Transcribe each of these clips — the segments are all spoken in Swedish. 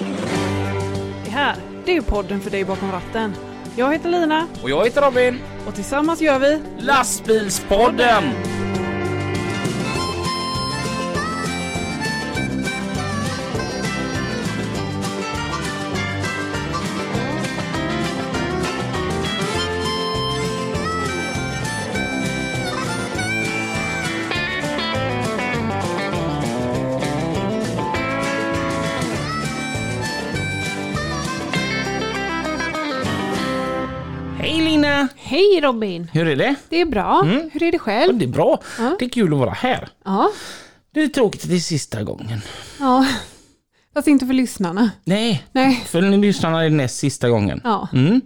Det här, det är ju podden för dig bakom ratten. Jag heter Lina. Och jag heter Robin. Och tillsammans gör vi Lastbilspodden! Hej Lina! Hej Robin! Hur är det? Det är bra. Hur är det själv? Det är bra. Ja. Det är kul att vara här. Ja. Det är tråkigt att det är sista gången. Ja. Fast inte för lyssnarna. Nej. Nej. För lyssnarna är det näst sista gången. Ja.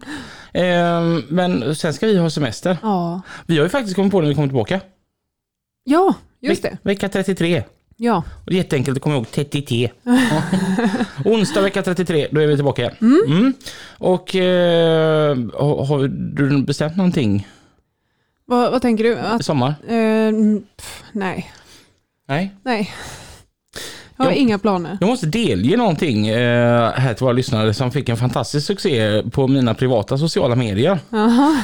Men sen ska vi ha semester. Ja. Vi har ju faktiskt kommit på när vi kommer tillbaka. Ja, just det. Vecka 33. Ja. Och det är jätteenkelt att komma ihåg 33. Onsdag vecka 33, då är vi tillbaka igen. Och har du bestämt någonting? Vad tänker du? Att, Sommar? nej. Nej. Nej. Jag har inga planer. Jag måste delge någonting här till våra lyssnare som fick en fantastisk succé på mina privata sociala medier. Aha.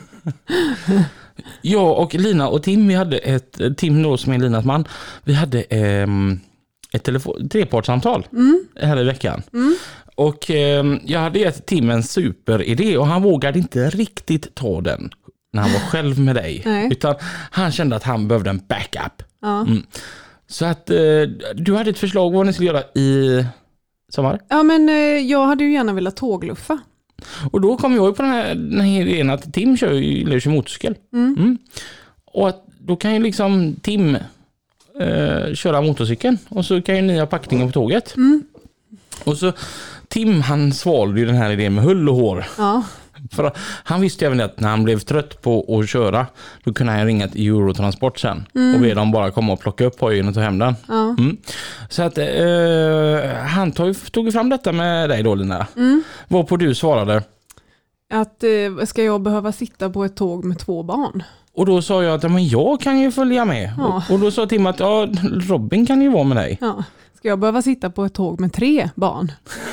Jag och Lina och Tim, vi hade Tim då som är Linas man, vi hade ett trepartssamtal här i veckan. Och jag hade gett Tim en superidé och han vågade inte riktigt ta den när han var själv med dig. Nej. Utan han kände att han behövde en backup. Ja. Så att du hade ett förslag vad ni skulle göra i sommar. Ja, men jag hade ju gärna velat tågluffa. Och då kom jag ju på den här idén att Tim lär sig motorcykel. Och att då kan ju liksom Tim köra motorcykeln och så kan ju ni ha packningen på tåget. Och så Tim, han svalde ju den här idén med hull och hår. Ja. För han visste även att när han blev trött på att köra, då kunde han ringa till Eurotransport sen och be dem bara komma och plocka upp hojen och ta hem den. Ja. Så att han tog fram detta med dig då, Lina. Varpå du svarade Att ska jag behöva sitta på ett tåg med 2 barn? och då sa jag att men jag kan ju följa med. Ja. Och då sa Tim att Robin kan ju vara med dig. Ja. Ska jag behöva sitta på ett tåg med 3 barn?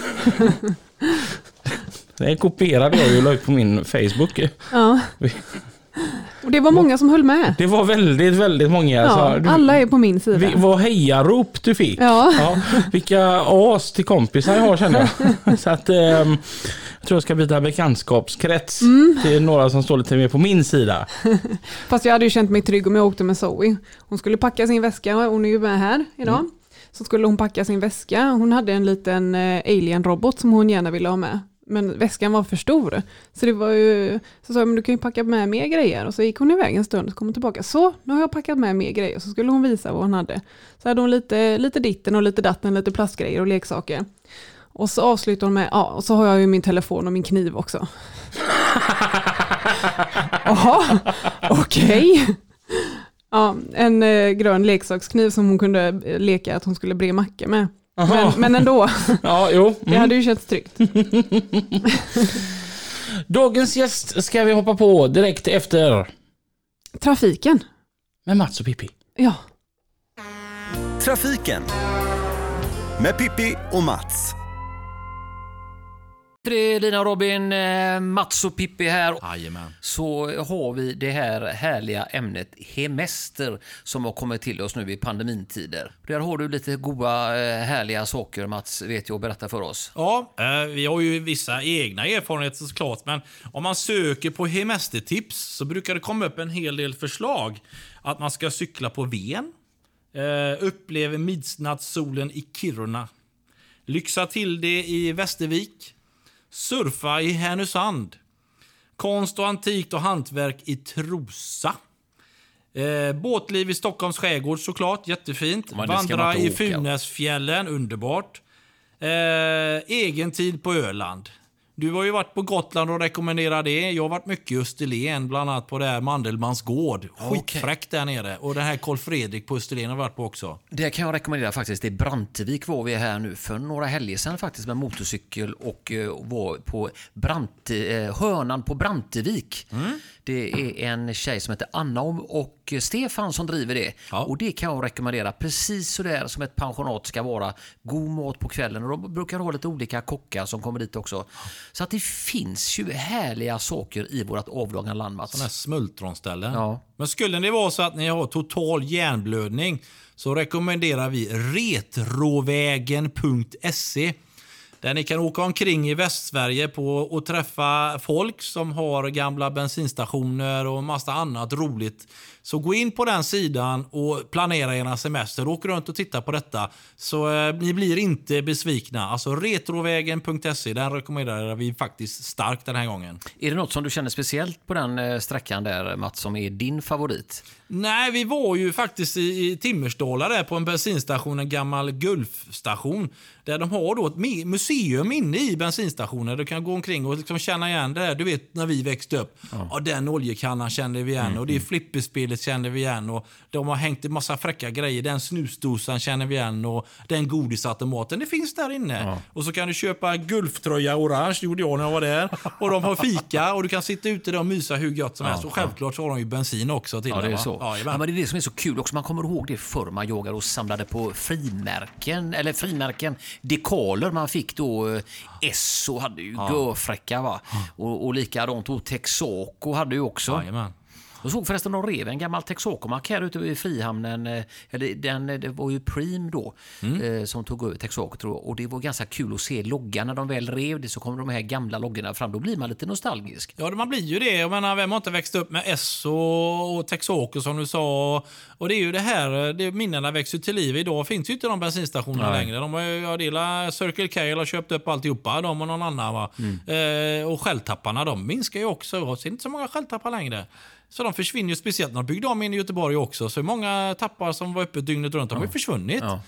Det kopierade jag ju och la ut på min Facebook. Ja. Och det var många som höll med. Det var väldigt, väldigt många. Ja, alltså, alla är på min sida. Vad hejarop du fick. Ja. Vilka as till kompisar jag har, känner jag. Så att jag tror jag ska byta bekantskapskrets till några som står lite mer på min sida. Fast jag hade ju känt mig trygg om jag åkte med Zoe. Hon skulle packa sin väska, hon är ju med här idag. Så skulle hon packa sin väska. Hon hade en liten alien-robot som hon gärna ville ha med. Men väskan var för stor. Så det var ju, så sa jag, men du kan ju packa med mer grejer. Och så gick hon iväg en stund och så kom hon tillbaka. Så, nu har jag packat med mer grejer. Så skulle hon visa vad hon hade. Så hade hon lite ditten och lite datten, lite plastgrejer och leksaker. Och så avslutar hon med, och så har jag ju min telefon och min kniv också. Jaha, okej. Ja, en grön leksakskniv som hon kunde leka att hon skulle bre macka med. Men ändå. Ja, jo. Det hade ju känts tryggt. Dagens gäst ska vi hoppa på direkt efter Trafiken. med Mats och Pippi. Ja. Trafiken med Pippi och Mats. Lina och Robin, Mats och Pippi här. Jajamän. Så har vi det här härliga ämnet hemester som har kommit till oss nu i pandemitider. Där har du lite goda, härliga saker, Mats, vet jag, att berätta för oss. Ja, vi har ju vissa egna erfarenheter såklart, men om man söker på hemestertips så brukar det komma upp en hel del förslag. Att man ska cykla på Ven, uppleva midnattssolen i Kiruna, lyxa till det i Västervik, surfa i Härnösand, konst och antikt och hantverk i Trosa, båtliv i Stockholms skärgård såklart, jättefint, vandra i Funäsfjällen, underbart, egen tid på Öland. Du har ju varit på Gotland och rekommenderar det. Jag har varit mycket i Österlen, bland annat på det här Mandelmans gård. Skitfräckt där nere. Och det här Karl Fredrik på Österlen har varit på också. Det kan jag rekommendera faktiskt. I Brantevik var vi här nu för några helger sedan faktiskt med motorcykel och var på Hörnan på Brantevik. Det är en tjej som heter Anna och och Stefan som driver det. Ja. Och det kan jag rekommendera, precis så där som ett pensionat ska vara. God mat på kvällen, och de brukar ha lite olika kockar som kommer dit också. Så att det finns ju härliga saker i vårt avlånga land, Mats. Sådana här smultronställen. Ja. Men skulle det vara så att ni har total hjärnblödning, så rekommenderar vi retrovägen.se. Där ni kan åka omkring i Västsverige och träffa folk som har gamla bensinstationer och massa annat roligt. Så gå in på den sidan och planera era semester. Åk runt och titta på detta. Så ni blir inte besvikna. Alltså retrovägen.se, den rekommenderar vi faktiskt starkt den här gången. Är det något som du känner speciellt på den sträckan där, Mats, som är din favorit? Nej, vi var ju faktiskt i Timmersdala där på en bensinstation, en gammal Gulfstation. Där de har då ett museum inne i bensinstationen. Du kan gå omkring och liksom känna igen det där. Du vet, när vi växte upp. Ja, den oljekannan kände vi igen. Och det flipperspelet kände vi igen. Och de har hängt en massa fräcka grejer. Den snusdosan känner vi igen. Och den godisautomaten, det finns där inne. Ja. Och så kan du köpa Gulftröja orange, gjorde jag när jag var där. Och de har fika och du kan sitta ute där och mysa hur gott som helst. Och självklart så har de ju bensin också till. Ja, det är så. Ja, men det är det som är så kul också. Man kommer ihåg det förr man jagade och samlade på frimärken, dekaler man fick då. Esso hade ju görfräcka, va? Och likadant och Texaco hade ju också. Jajamän. Jag såg förresten de rev en gammal Texaco-mack här ute i Frihamnen. Det var ju Prim då som tog över Texaco, tror jag. Och det var ganska kul att se loggan. När de väl rev det så kom de här gamla loggorna fram. Då blir man lite nostalgisk. Ja, man blir ju det. Jag menar, vem har inte växt upp med Esso och Texaco som du sa. Och det är ju det här, minnena växer till liv. Idag finns ju inte de bensinstationerna längre. De har ju delat Circle K har köpt upp alltihopa. De och någon annan, va. Och skälltapparna, de minskar ju också. Det är inte så många skälltappar längre. Så de försvinner ju, speciellt när de byggde om in i Göteborg också. Så många tappar som var uppe dygnet runt, de har ju försvunnit. Ja.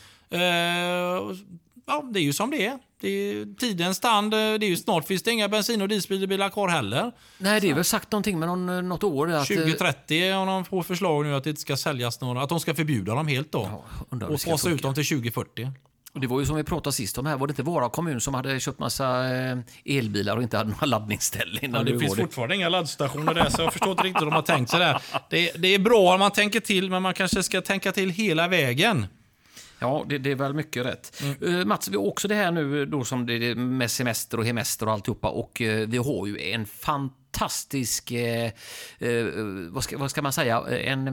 Det är ju som det är. Det är tidens stand. Det är ju snart finns det inga bensin- och dieselbilar kvar heller. Nej, det är väl sagt någonting med något år. Att 2030 har de får förslag nu att det inte ska säljas några. Att de ska förbjuda dem helt då. Ja, och fasa ut dem till 2040. Och det var ju som vi pratade sist om här, var det inte Vara kommun som hade köpt massa elbilar och inte hade några laddningsställen? Ja, det finns fortfarande inga laddstationer där, så jag förstår inte riktigt hur de har tänkt sig där. Det är bra om man tänker till, men man kanske ska tänka till hela vägen. Ja, det är väl mycket rätt. Mats, vi har också det här nu då som det är med semester och hemester och alltihopa, och vi har ju en fantastisk, vad ska man säga,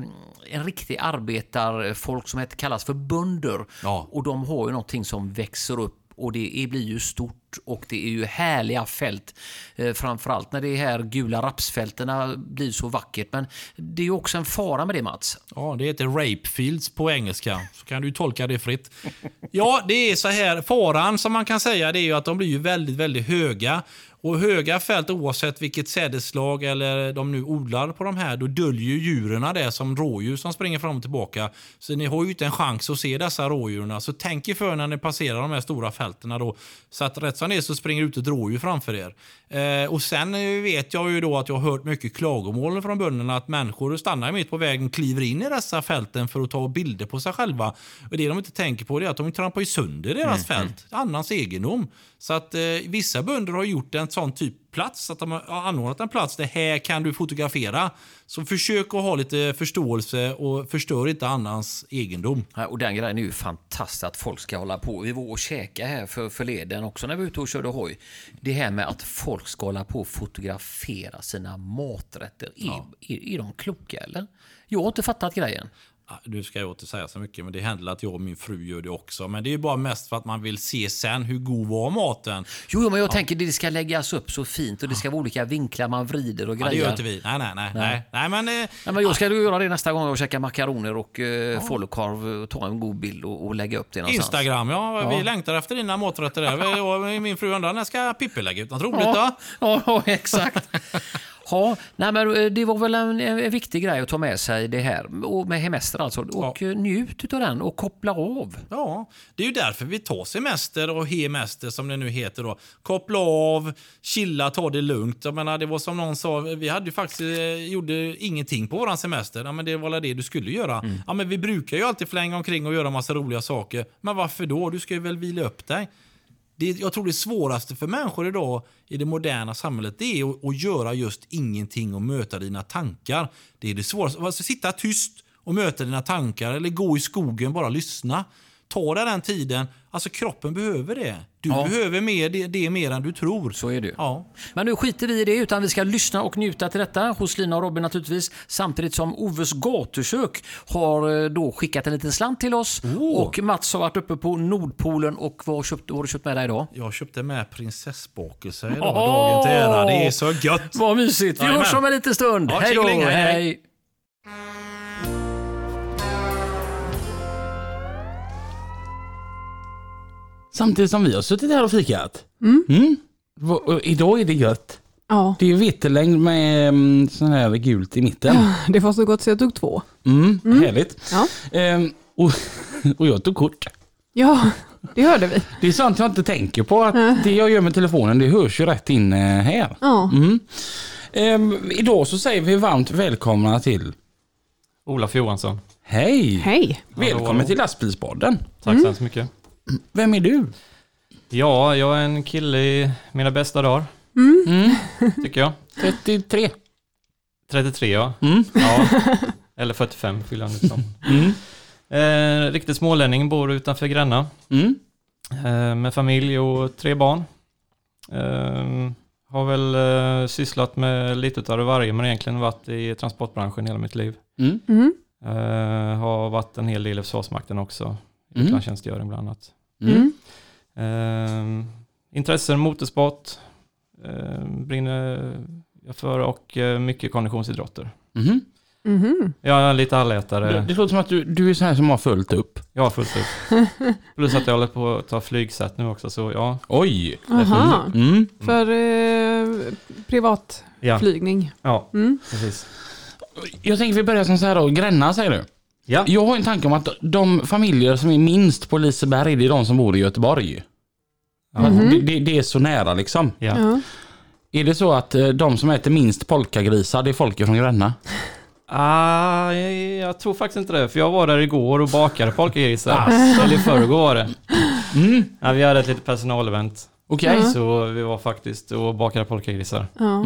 en riktig arbetarfolk som kallas för bönder. Ja. Och de har ju någonting som växer upp, och det blir ju stort, och det är ju härliga fält, framförallt när det här gula rapsfälterna blir så vackert. Men det är ju också en fara med det, Mats. Ja, det heter rapefields på engelska, så kan du tolka det fritt. Ja, det är så här, faran som man kan säga, det är ju att de blir ju väldigt, väldigt höga. Och höga fält, oavsett vilket sädeslag eller de nu odlar på de här, då döljer djuren det som rådjur som springer fram och tillbaka. Så ni har ju inte en chans att se dessa rådjurna. Så tänk er för när ni passerar de här stora fälterna då. Så att rätt som det är så springer ut ett rådjur framför er. Och sen vet jag ju då att jag har hört mycket klagomål från bönderna att människor stannar mitt på vägen, kliver in i dessa fälten för att ta bilder på sig själva. Och det de inte tänker på är att de trampar ju sönder deras fält, annans egendom. Så att vissa bönder har gjort en sån typ plats, att de har anordnat en plats där här kan du fotografera. Så försök att ha lite förståelse och förstör inte annans egendom. Ja, och den grejen är ju fantastiskt att folk ska hålla på. Vi var och käka här för leden också när vi var ute och körde hoj. Det här med att folk ska hålla på och fotografera sina maträtter. Är de kloka eller? Jag har inte fattat grejen. Du ska ju inte säga så mycket, men det händer att jag och min fru gör det också. Men det är ju bara mest för att man vill se sen hur god var maten. Jo, men jag tänker att det ska läggas upp så fint och det ska vara olika vinklar man vrider och grejer. Ja, det gör inte vi. Nej, men jag ska göra det nästa gång och käka makaroner och falukorv, ta en god bild och lägga upp det någonstans. Instagram, vi längtar efter dina maträtter där. Och min fru undrar, när ska Pippi lägga ut något roligt då? Ja, exakt. Ja, nej, men det var väl en viktig grej att ta med sig det här och med hemester alltså, och njut av den och koppla av. Ja, det är ju därför vi tar semester och hemester som det nu heter då. Koppla av, chilla, ta det lugnt. Jag menar, det var som någon sa, vi hade ju faktiskt gjorde ingenting på våran semester. Ja, men det var det du skulle göra. Ja, men vi brukar ju alltid flänga omkring och göra massa roliga saker. Men varför då? Du ska ju väl vila upp dig. Jag tror det svåraste för människor idag i det moderna samhället, det är att göra just ingenting och möta dina tankar. Det är det svåraste. Alltså, sitta tyst och möta dina tankar eller gå i skogen, bara lyssna. Ta dig den tiden. Alltså kroppen behöver det. Du behöver det mer än du tror. Så är det. Ja. Men nu skiter vi i det, utan vi ska lyssna och njuta till detta hos Lina och Robin naturligtvis. Samtidigt som Oves gatukök har då skickat en liten slant till oss. Och Mats har varit uppe på Nordpolen. Och vad har du köpt med dig idag? Jag köpte med prinsessbakelse idag, dagen till ära. Det är så gött. Vad mysigt. Vi hörs om en liten stund. Ja, hej då. tjingeling, hej. Samtidigt som vi har suttit här och fikat. Och idag är det gött. Ja. Det är vetelängd med sån här gult i mitten. Det var så gott så jag tog 2. Härligt. Ja. Och jag tog kort. Ja, det hörde vi. Det är sånt jag inte tänker på. Att det jag gör med telefonen, det hörs ju rätt in här. Ja. Idag så säger vi varmt välkomna till Olof Johansson. Hej! Hej. Välkommen till Lastbilspodden. Tack så hemskt mycket. Vem är du? Ja, jag är en kille i mina bästa dagar. Tycker jag. 33. 33, ja. Ja. Eller 45 fyller jag nu som. Riktigt smålänning, bor utanför Gränna. Med familj och 3 barn. Har väl sysslat med lite av det varje, men egentligen varit i transportbranschen hela mitt liv. Har varit en hel del i Försvarsmakten också. Utlandstjänstgöring bland annat. Intressen, motorsport brinner jag för och mycket konditionsidrotter. Jag är lite allätare. Det låter som att du är så här som har fullt upp. Jag har fullt upp. Plus att jag håller på att ta flygsätt nu också. Så ja. Oj! Aha. För privatflygning. Ja, precis. Jag tänker vi börjar som så här då. Gränna säger du. Ja. Jag har en tanke om att de familjer som är minst på Liseberg, det är de som bor i Göteborg. Det är så nära liksom. Ja. Är det så att de som äter minst polkagrisar, det är folk från Gränna? Jag tror faktiskt inte det. För jag var där igår och bakade polkagrisar. Eller i förrgår var det. Ja, vi hade ett litet personalevent. Okej. Så vi var faktiskt och bakade polkagrisar.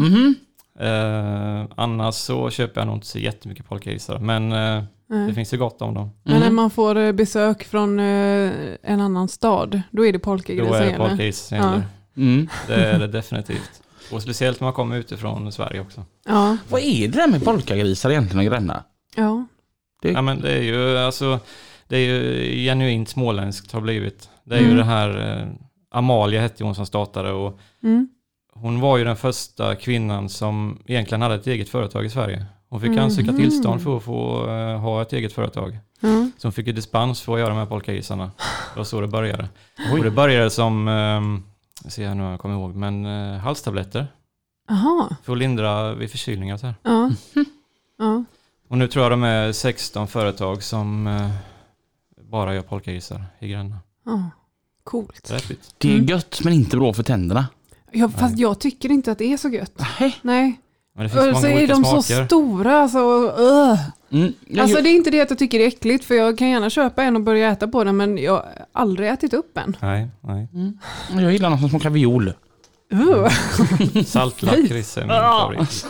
Annars så köper jag nog inte så jättemycket polkagrisar. Men det finns ju gott om dem. Men när man får besök från en annan stad, då är det polkagrisar. Då är det polkagrisar. Det är det definitivt. Och speciellt när man kommer utifrån Sverige också. Ja. Vad är det där med polkagrisar egentligen i Gränna? Ja. Ja, men det är ju alltså, det är ju genuint småländskt har blivit. Det är ju det här Amalia hette hon som startade och hon var ju den första kvinnan som egentligen hade ett eget företag i Sverige. Hon fick ansöka tillstånd för att få ha ett eget företag. Så hon fick ju dispens för att göra de här polkagrisarna. Det var så det började. Och det började som jag ser nu jag kommer ihåg, men halstabletter. Aha. För att lindra vid förkylningar och så här. Ja. Ja. Och nu tror jag de är 16 företag som bara gör polkagrisar i Gränna. Ja. Coolt. Rättvist. Det är gött men inte bra för tänderna. Ja, fast jag tycker inte att det är så gött. Nej. Men det finns många så är olika de smaker. så stora. Alltså det är inte det att jag tycker det är äckligt, för jag kan gärna köpa en och börja äta på den, men jag har aldrig ätit upp en. Nej. Jag gillar något som smakar viol. Saltlakrits är min favorit.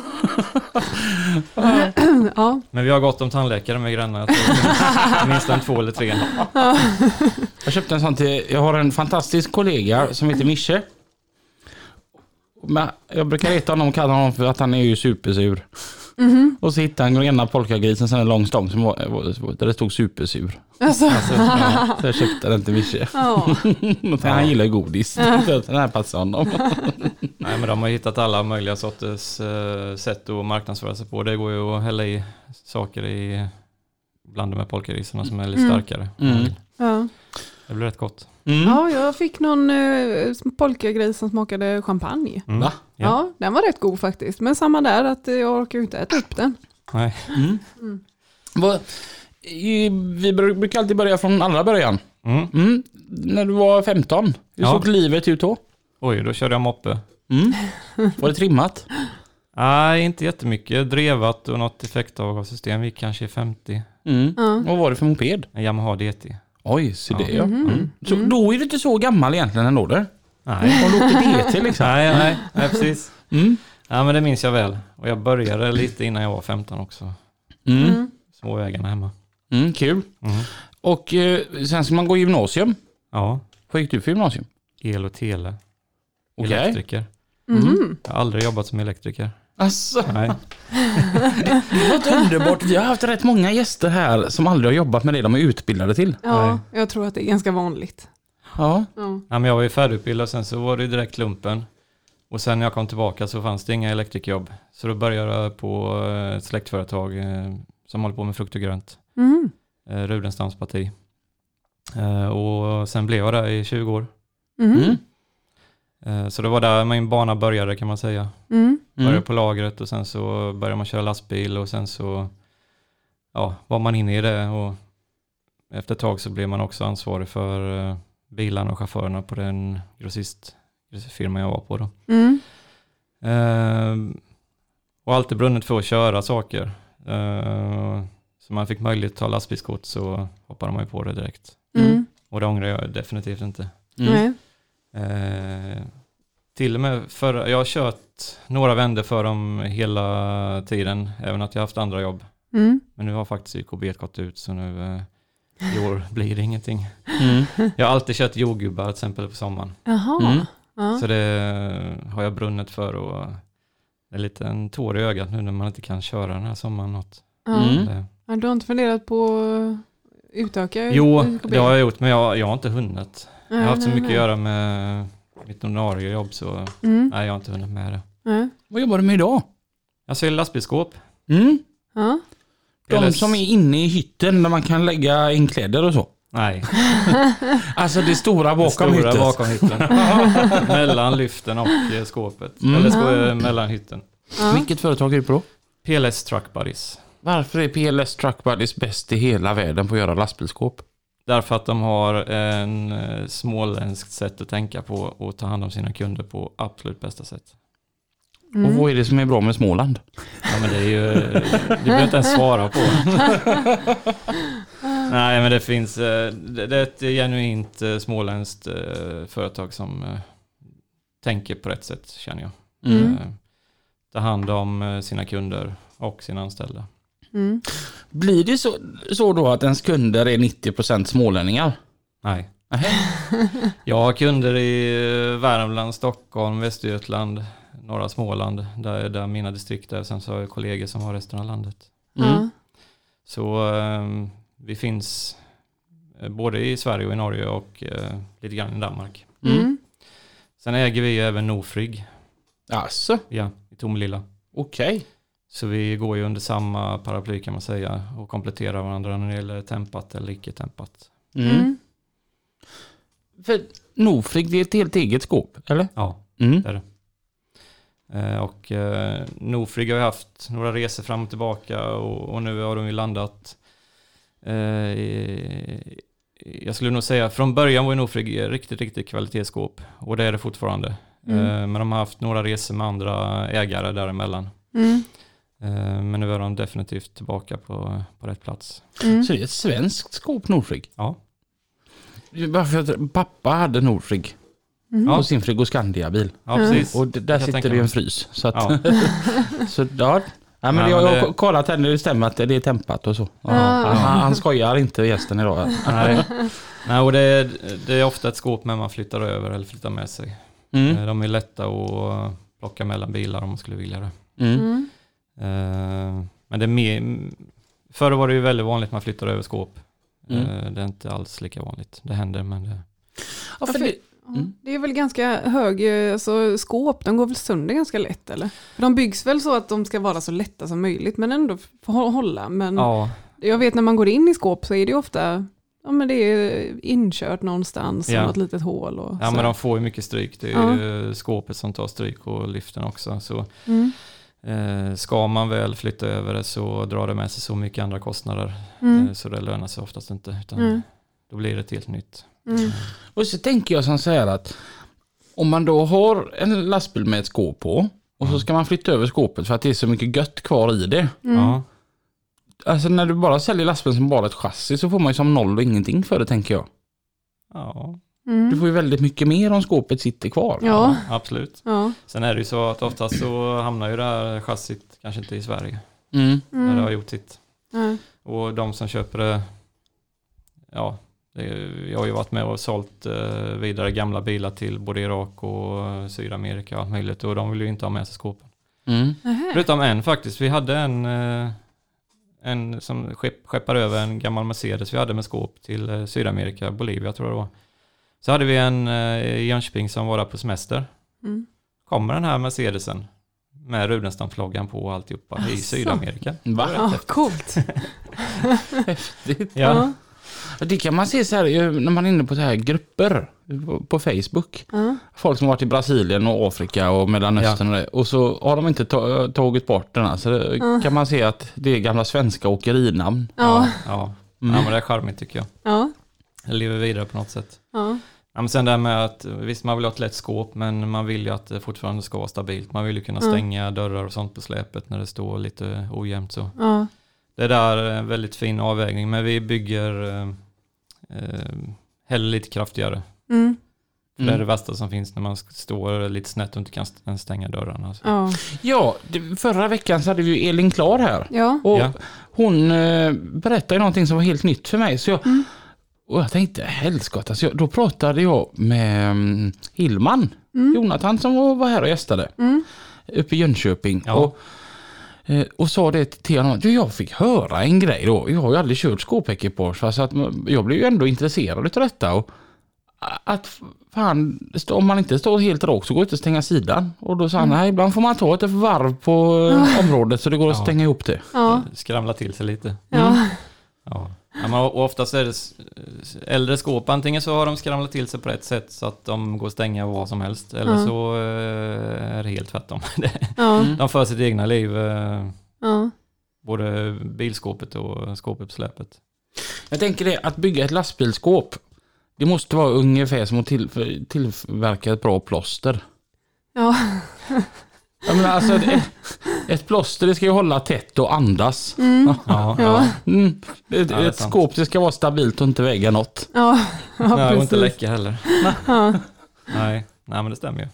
Ja. Men vi har gått om tandläkare med Gränna. Jag tror minst en 2 eller 3. Jag köpte en sån till, jag har en fantastisk kollega som heter Mische. Men jag brukar reta honom och kalla honom för att han är ju supersur. Och så hittade han Gränna polkagrisen, sen en lång stång som var, där det stod supersur. Alltså. Ja, så jag köpte den till Mische. Ja. Han gillar godis. Den här passar honom. Nej, men de har hittat alla möjliga sorters sätt att marknadsföra sig på. Det går ju att hälla i saker i bland de här polkagrisarna som är lite starkare. Ja. Det blir rätt gott. Ja, jag fick någon polkagris som smakade champagne. Va? Ja, den var rätt god faktiskt. Men samma där, att jag orkar inte äta upp den. Nej. Vi brukar alltid börja från allra början. När du var 15, hur såg livet ut då? Oj, då körde jag moppe. Var det trimmat? Nej, inte jättemycket. Drevat och något effektavgassystem. Vi kanske är 50. Vad var det för moped? En Yamaha DT. Oj, så det ja. Så då är du inte så gammal egentligen ändå där. Nej. Och du åkte DT liksom? Nej, precis. Mm. Ja, men det minns jag väl. Och jag började lite innan jag var 15 också. Småvägarna hemma. Kul. Och sen ska man gå gymnasium. Ja. Vad gick du för gymnasium? El och tele. Okej. Elektriker. Jag har aldrig jobbat som elektriker. Alltså, Nej. det låter underbart. Vi har haft rätt många gäster här som aldrig har jobbat med det de är utbildade till. Ja, Nej. jag tror att det är ganska vanligt. Ja. Ja. Ja, men jag var ju färdigutbildad, sen så var det direkt lumpen. Och sen när jag kom tillbaka så fanns det inga elektrikjobb. Så då började jag på ett släktföretag som håller på med frukt och grönt. Rudensdams parti. Och sen blev jag där i 20 år. Så det var där min bana började, kan man säga. Började på lagret och sen så började man köra lastbil och sen så var man inne i det. Och efter ett tag så blev man också ansvarig för bilarna och chaufförerna på den grossistfirma jag var på då. Och alltid brunnet för att köra saker. Så man fick möjlighet att ta lastbilskort så hoppade man ju på det direkt. Och det ångrar jag definitivt inte. Nej. Till och med jag har kört några vändor för dem hela tiden, även att jag haft andra jobb. Men nu har faktiskt YKB gått ut, så nu i år blir det ingenting. Jag har alltid kört jordgubbar till exempel på sommaren. Jaha. Så det har jag brunnet för, och det är lite en tår i ögat nu när man inte kan köra den här sommaren något. Ja, du har inte funderat på att utöka? Jo, YKB? det har jag gjort, men jag har inte hunnit. Jag har haft så mycket att göra med mitt ordinarie jobb, så nej, jag har inte hunnit med det. Vad jobbar du med idag? Jag säljer lastbilsskåp. Ja. De som är inne i hytten där man kan lägga in kläder och så? Nej. Alltså det stora bakom Det hytten. stora bakom hytten. Mellan lyften och skåpet. Eller mellan hytten. Vilket företag är du på då? PLS Truck Buddies. Varför är PLS Truck Buddies bäst i hela världen på att göra lastbilsskåp? Därför att de har en småländskt sätt att tänka på och ta hand om sina kunder på absolut bästa sätt. Och vad är det som är bra med Småland? Ja, men det är ju... Det behöver inte ens svara på. Nej, men det finns... Det är ett genuint småländskt företag som tänker på rätt sätt, känner jag. Ta hand om sina kunder och sina anställda. Blir det så då att ens kunder är 90% smålänningar? Nej. Jag har kunder i Värmland, Stockholm, Västergötland, norra Småland. Där mina distrikt är. Sen så har jag kollegor som har resten av landet. Så vi finns både i Sverige och i Norge och lite grann i Danmark. Sen äger vi även Nofrig. Alltså? Ja, i Tomelilla. Okej. Så vi går ju under samma paraply, kan man säga, och kompletterar varandra när det gäller tempat eller icke tempat. För Nofrig, det är ett helt eget skåp, eller? Ja, det är det. Och Nofrig har ju haft några resor fram och tillbaka, och nu har de ju landat. Jag skulle nog säga, från början var ju Nofrig riktigt kvalitetsskåp, och det är det fortfarande. Men de har haft några resor med andra ägare däremellan. Men nu är de definitivt tillbaka på rätt plats. Så det är ett svenskt skåp, Nofrig? Ja. Varför att pappa hade Nofrig på sin Frigoscandia-bil. Ja, precis. Och där sitter det ju en frys. Så att, Ja. så ja. Ja, men jag har kollat henne, det stämmer att det är tempat och så. Han skojar inte gästen idag. Nej, och det är ofta ett skåp när man flyttar över eller flyttar med sig. De är lätta att plocka mellan bilar om man skulle vilja det. Men det är mer, förr var det ju väldigt vanligt att man flyttar över skåp. Det är inte alls lika vanligt. Det händer, men det... Ja, för det... Det är väl ganska hög, alltså skåp, de går väl sönder ganska lätt, eller? För de byggs väl så att de ska vara så lätta som möjligt, men ändå hålla. Men jag vet när man går in i skåp så är det ofta, men det är inkört någonstans och något litet hål. Och så. Men de får ju mycket stryk. Det är ju skåpet som tar stryk och lyften också. Så ska man väl flytta över det så drar det med sig så mycket andra kostnader. Så det lönar sig oftast inte, utan då blir det ett helt nytt. Och så tänker jag som så här att om man då har en lastbil med ett skåp på och så ska man flytta över skåpet för att det är så mycket gött kvar i det. Alltså när du bara säljer lastbil som bara ett chassi så får man ju som noll och ingenting för det, tänker jag. Ja, Du får ju väldigt mycket mer om skåpet sitter kvar. Ja. Absolut. Ja. Sen är det ju så att oftast så hamnar ju det här chassit kanske inte i Sverige. När det har gjort sitt. Och de som köper det, ja, jag har ju varit med och sålt vidare gamla bilar till både Irak och Sydamerika och allt möjligt, och de vill ju inte ha med sig skåpen. Förutom en faktiskt, vi hade en som skeppar över en gammal Mercedes vi hade med skåp till Sydamerika, Bolivia tror jag det var. Så hade vi en i Jönköping som var där på semester. Kommer den här Mercedesen med Rudenstam-flaggan på och alltihopa i Sydamerika. Va? Ja, coolt. Häftigt. Ja. Det kan man se så här när man är inne på så här grupper på Facebook. Folk som har varit i Brasilien och Afrika och Mellanöstern och det. Och så har de inte tagit bort den här. Så kan man se att det är gamla svenska åkerinamn. Ja, men det är charmigt tycker jag. Ja. Det lever vidare på något sätt. Ja. Ja, men sen det här med att visst man vill ha ett lätt skåp, men man vill ju att det fortfarande ska vara stabilt. Man vill ju kunna stänga dörrar och sånt på släpet när det står lite ojämnt så. Ja. Det där är en väldigt fin avvägning, men vi bygger hellre lite kraftigare. För det är det värsta som finns när man står lite snett och inte kan stänga dörrarna. Alltså. Ja, förra veckan så hade vi ju Elin Klar här. Ja. Och hon berättade någonting som var helt nytt för mig. Så jag tänkte, helskotta. Så då pratade jag med Hillman, Jonathan som var här och gästade. Uppe i Jönköping. Ja. Och sa det till honom. Jag fick höra en grej då. Jag har ju aldrig kört skåpekipage. Så att jag blev ju ändå intresserad av detta. Och att fan, om man inte står helt rak så går det inte att stänga sidan. Och då sa han, nej, ibland får man ta ett varv på området så det går att stänga ihop det. Skramla till sig lite. Ja. Ja, men oftast är det äldre skåp. Antingen så har de skramlat till sig på ett sätt så att de går att stänga vad som helst. Eller så är det helt tvärtom. De för sitt egna liv. Både bilskåpet och skåpet på släpet. Jag tänker det, att bygga ett lastbilsskåp, det måste vara ungefär som att tillverka ett bra plåster. Ja. Jag menar, alltså, ett plåster det ska ju hålla tätt och andas. Ett skåp det ska vara stabilt och inte väga något. Ja, Nej, och inte precis. läcka heller. Nej, men det stämmer ju.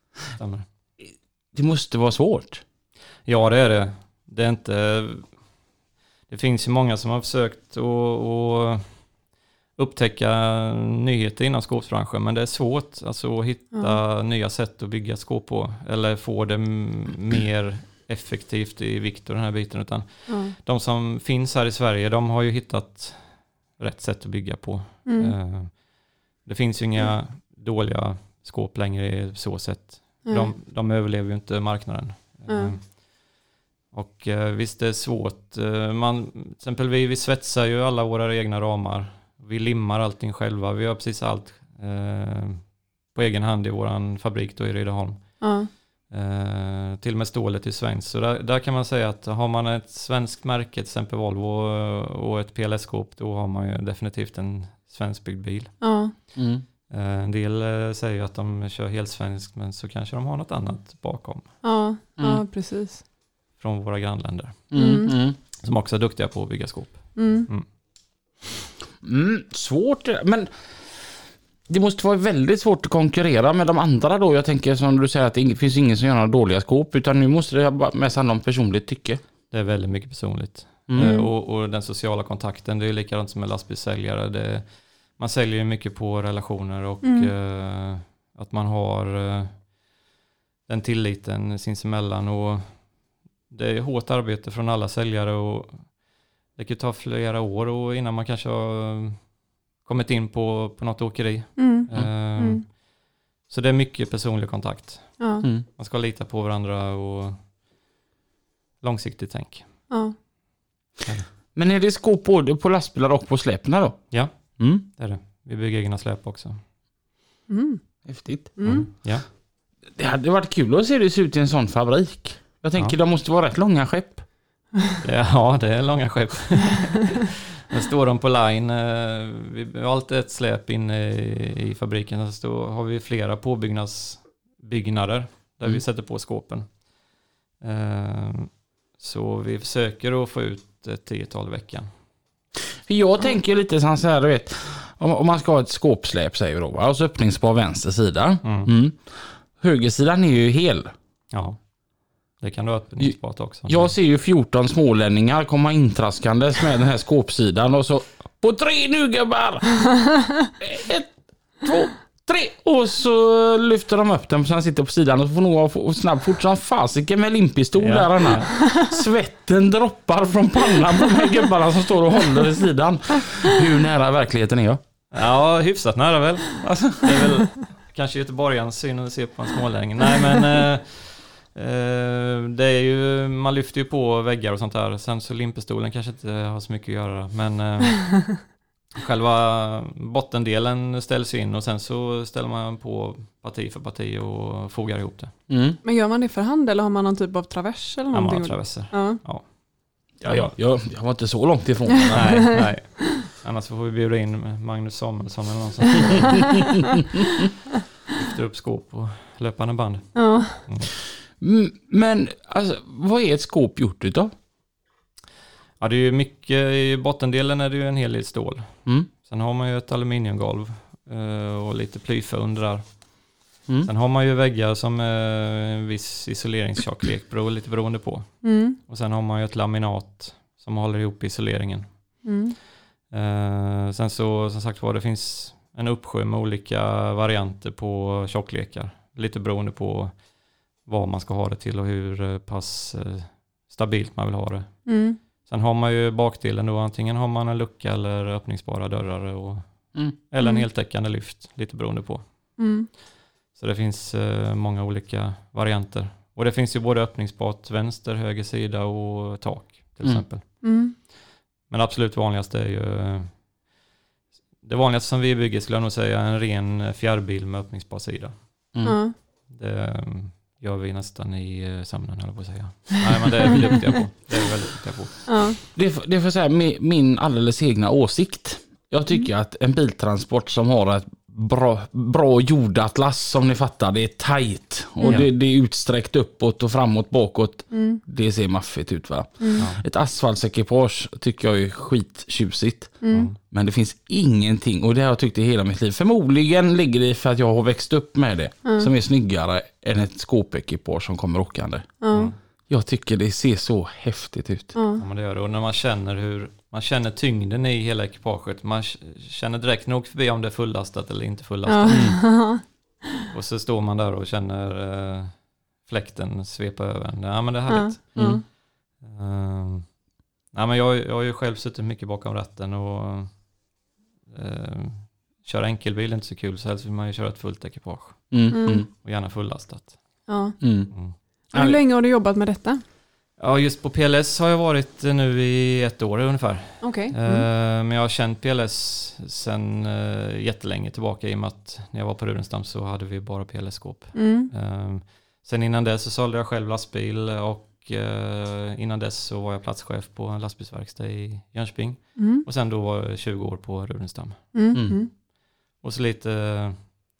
Det måste vara svårt. Ja, det är det. Det är inte... Det finns ju många som har försökt att upptäcka nyheter inom skåpsbranschen, men det är svårt alltså, att hitta nya sätt att bygga skåp på eller få det mer effektivt i vikt och den här biten, utan de som finns här i Sverige, de har ju hittat rätt sätt att bygga på. Det finns ju inga dåliga skåp längre i så sätt. De överlever ju inte marknaden. Och visst det är svårt. Till exempel vi svetsar ju alla våra egna ramar. Vi limmar allting själva. Vi gör precis allt på egen hand i våran fabrik då i Rydaholm. Till och med stålet är svenskt. Så där kan man säga att har man ett svenskt märke, till exempel Volvo och ett PLS-skåp, då har man ju definitivt en svenskbyggd bil. En del säger ju att de kör helt svenskt, men så kanske de har något annat bakom. Ja, precis. Från våra grannländer. Som också är duktiga på att bygga skåp. Svårt, men det måste vara väldigt svårt att konkurrera med de andra då. Jag tänker som du säger att det finns ingen som gör några dåliga skåp, utan nu måste det mest handla om personligt tycke. Det är väldigt mycket personligt. Och den sociala kontakten, det är likadant som en lastbilssäljare. Man säljer ju mycket på relationer och att man har den tilliten sinsemellan, och det är hårt arbete från alla säljare och det kan ta flera år och innan man kanske har kommit in på något åkeri. Så det är mycket personlig kontakt. Man ska lita på varandra och långsiktigt tänk. Men är det skåp både på lastbilar och på släpna då? Ja, det är det. Vi bygger egna släp också. Häftigt. Ja. Det hade varit kul att se det se ut i en sån fabrik. Jag tänker de måste vara rätt långa skepp. Ja, det är långa skepp. Där står de på line. Vi har alltid ett släp inne i fabriken. Så har vi flera påbyggnader där vi sätter på skåpen. Så vi försöker att få ut ett 10-tal i veckan. För jag tänker lite så här, du vet, om man ska ha ett skåpsläp säger vi då, va? Och så öppningsbar vänster sida. Högersidan är ju hel. Ja, det kan du ha öppningsbart också. Jag ser ju 14 smålänningar komma intraskandes med den här skåpsidan och så på 3 nu gubbar! 1, 2, 3 och så lyfter de upp den så han sitter på sidan och så får nog snabbt fort som fasiken med limpistol där Anna. Svetten droppar från pannan på de här gubbarna som står och håller i sidan. Hur nära verkligheten är jag? Ja, hyfsat nära väl. Alltså, det är väl kanske göteborgarens syn att se på en smålänning. Nej, men det är ju, man lyfter ju på väggar och sånt där. Sen så limpistolen kanske inte har så mycket att göra. Men själva bottendelen ställs in och sen så ställer man på parti för parti och fogar ihop det. Men gör man det för hand eller har man någon typ av travers eller någonting? Ja, man har traverser. Ja. Jag var inte så långt ifrån. Nej. Annars får vi bjuda in Magnus Samuelsson eller någon som lyfter upp skåp och löpande band. Ja. Men alltså, vad är ett skåp gjort utav? Ja, det är ju mycket, i bottendelen är det ju en hel del stål. Sen har man ju ett aluminiumgolv och lite plyfa under där. Sen har man ju väggar som en viss isoleringstjocklek lite beroende på. Och sen har man ju ett laminat som håller ihop isoleringen. Sen så, som sagt var, det finns en uppsjö med olika varianter på tjocklekar. Lite beroende på vad man ska ha det till och hur pass stabilt man vill ha det. Sen har man ju bakdelen då, antingen har man en lucka eller öppningsbara dörrar eller en heltäckande lyft, lite beroende på. Så det finns många olika varianter. Och det finns ju både öppningsbart vänster, höger sida och tak till exempel. Men absolut vanligast är ju, det vanligaste som vi bygger skulle jag nog säga en ren fjärrbil med öppningsbar sida. Det gör vi nästan i sömnen, eller på att säga. Nej, men det är vi duktiga på. Det är vi väldigt duktiga på. Det får säga min alldeles egna åsikt. Jag tycker att en biltransport som har ett bra jordatlas, som ni fattar, det är tajt och det är utsträckt uppåt och framåt, bakåt. Det ser maffigt ut, va? Ett asfaltsekipage tycker jag är skittjusigt. Men det finns ingenting, och det har jag tyckt i hela mitt liv. Förmodligen ligger det för att jag har växt upp med det, som är snyggare än ett skåpekipage som kommer åkande. Jag tycker det ser så häftigt ut. Ja, men det gör det. Och när man känner tyngden i hela ekipaget. Man känner direkt nog förbi om det är fullastat eller inte fullastat. Och så står man där och känner fläkten svepa över en. Ja, men det är härligt. Nej, men jag har ju själv suttit mycket bakom ratten och köra enkelbil är inte så kul. Så helst vill man ju köra ett fullt ekipage. Och gärna fullastat. Hur länge har du jobbat med detta? Ja, just på PLS har jag varit nu i 1 år ungefär. Okay. Men jag har känt PLS sedan jättelänge tillbaka, i och med att när jag var på Rudenstam så hade vi bara PLS-skåp. Sen innan dess så sålde jag själv lastbil, och innan dess så var jag platschef på en lastbilsverkstad i Jönköping. Och sen då var jag 20 år på Rudenstam. Och så lite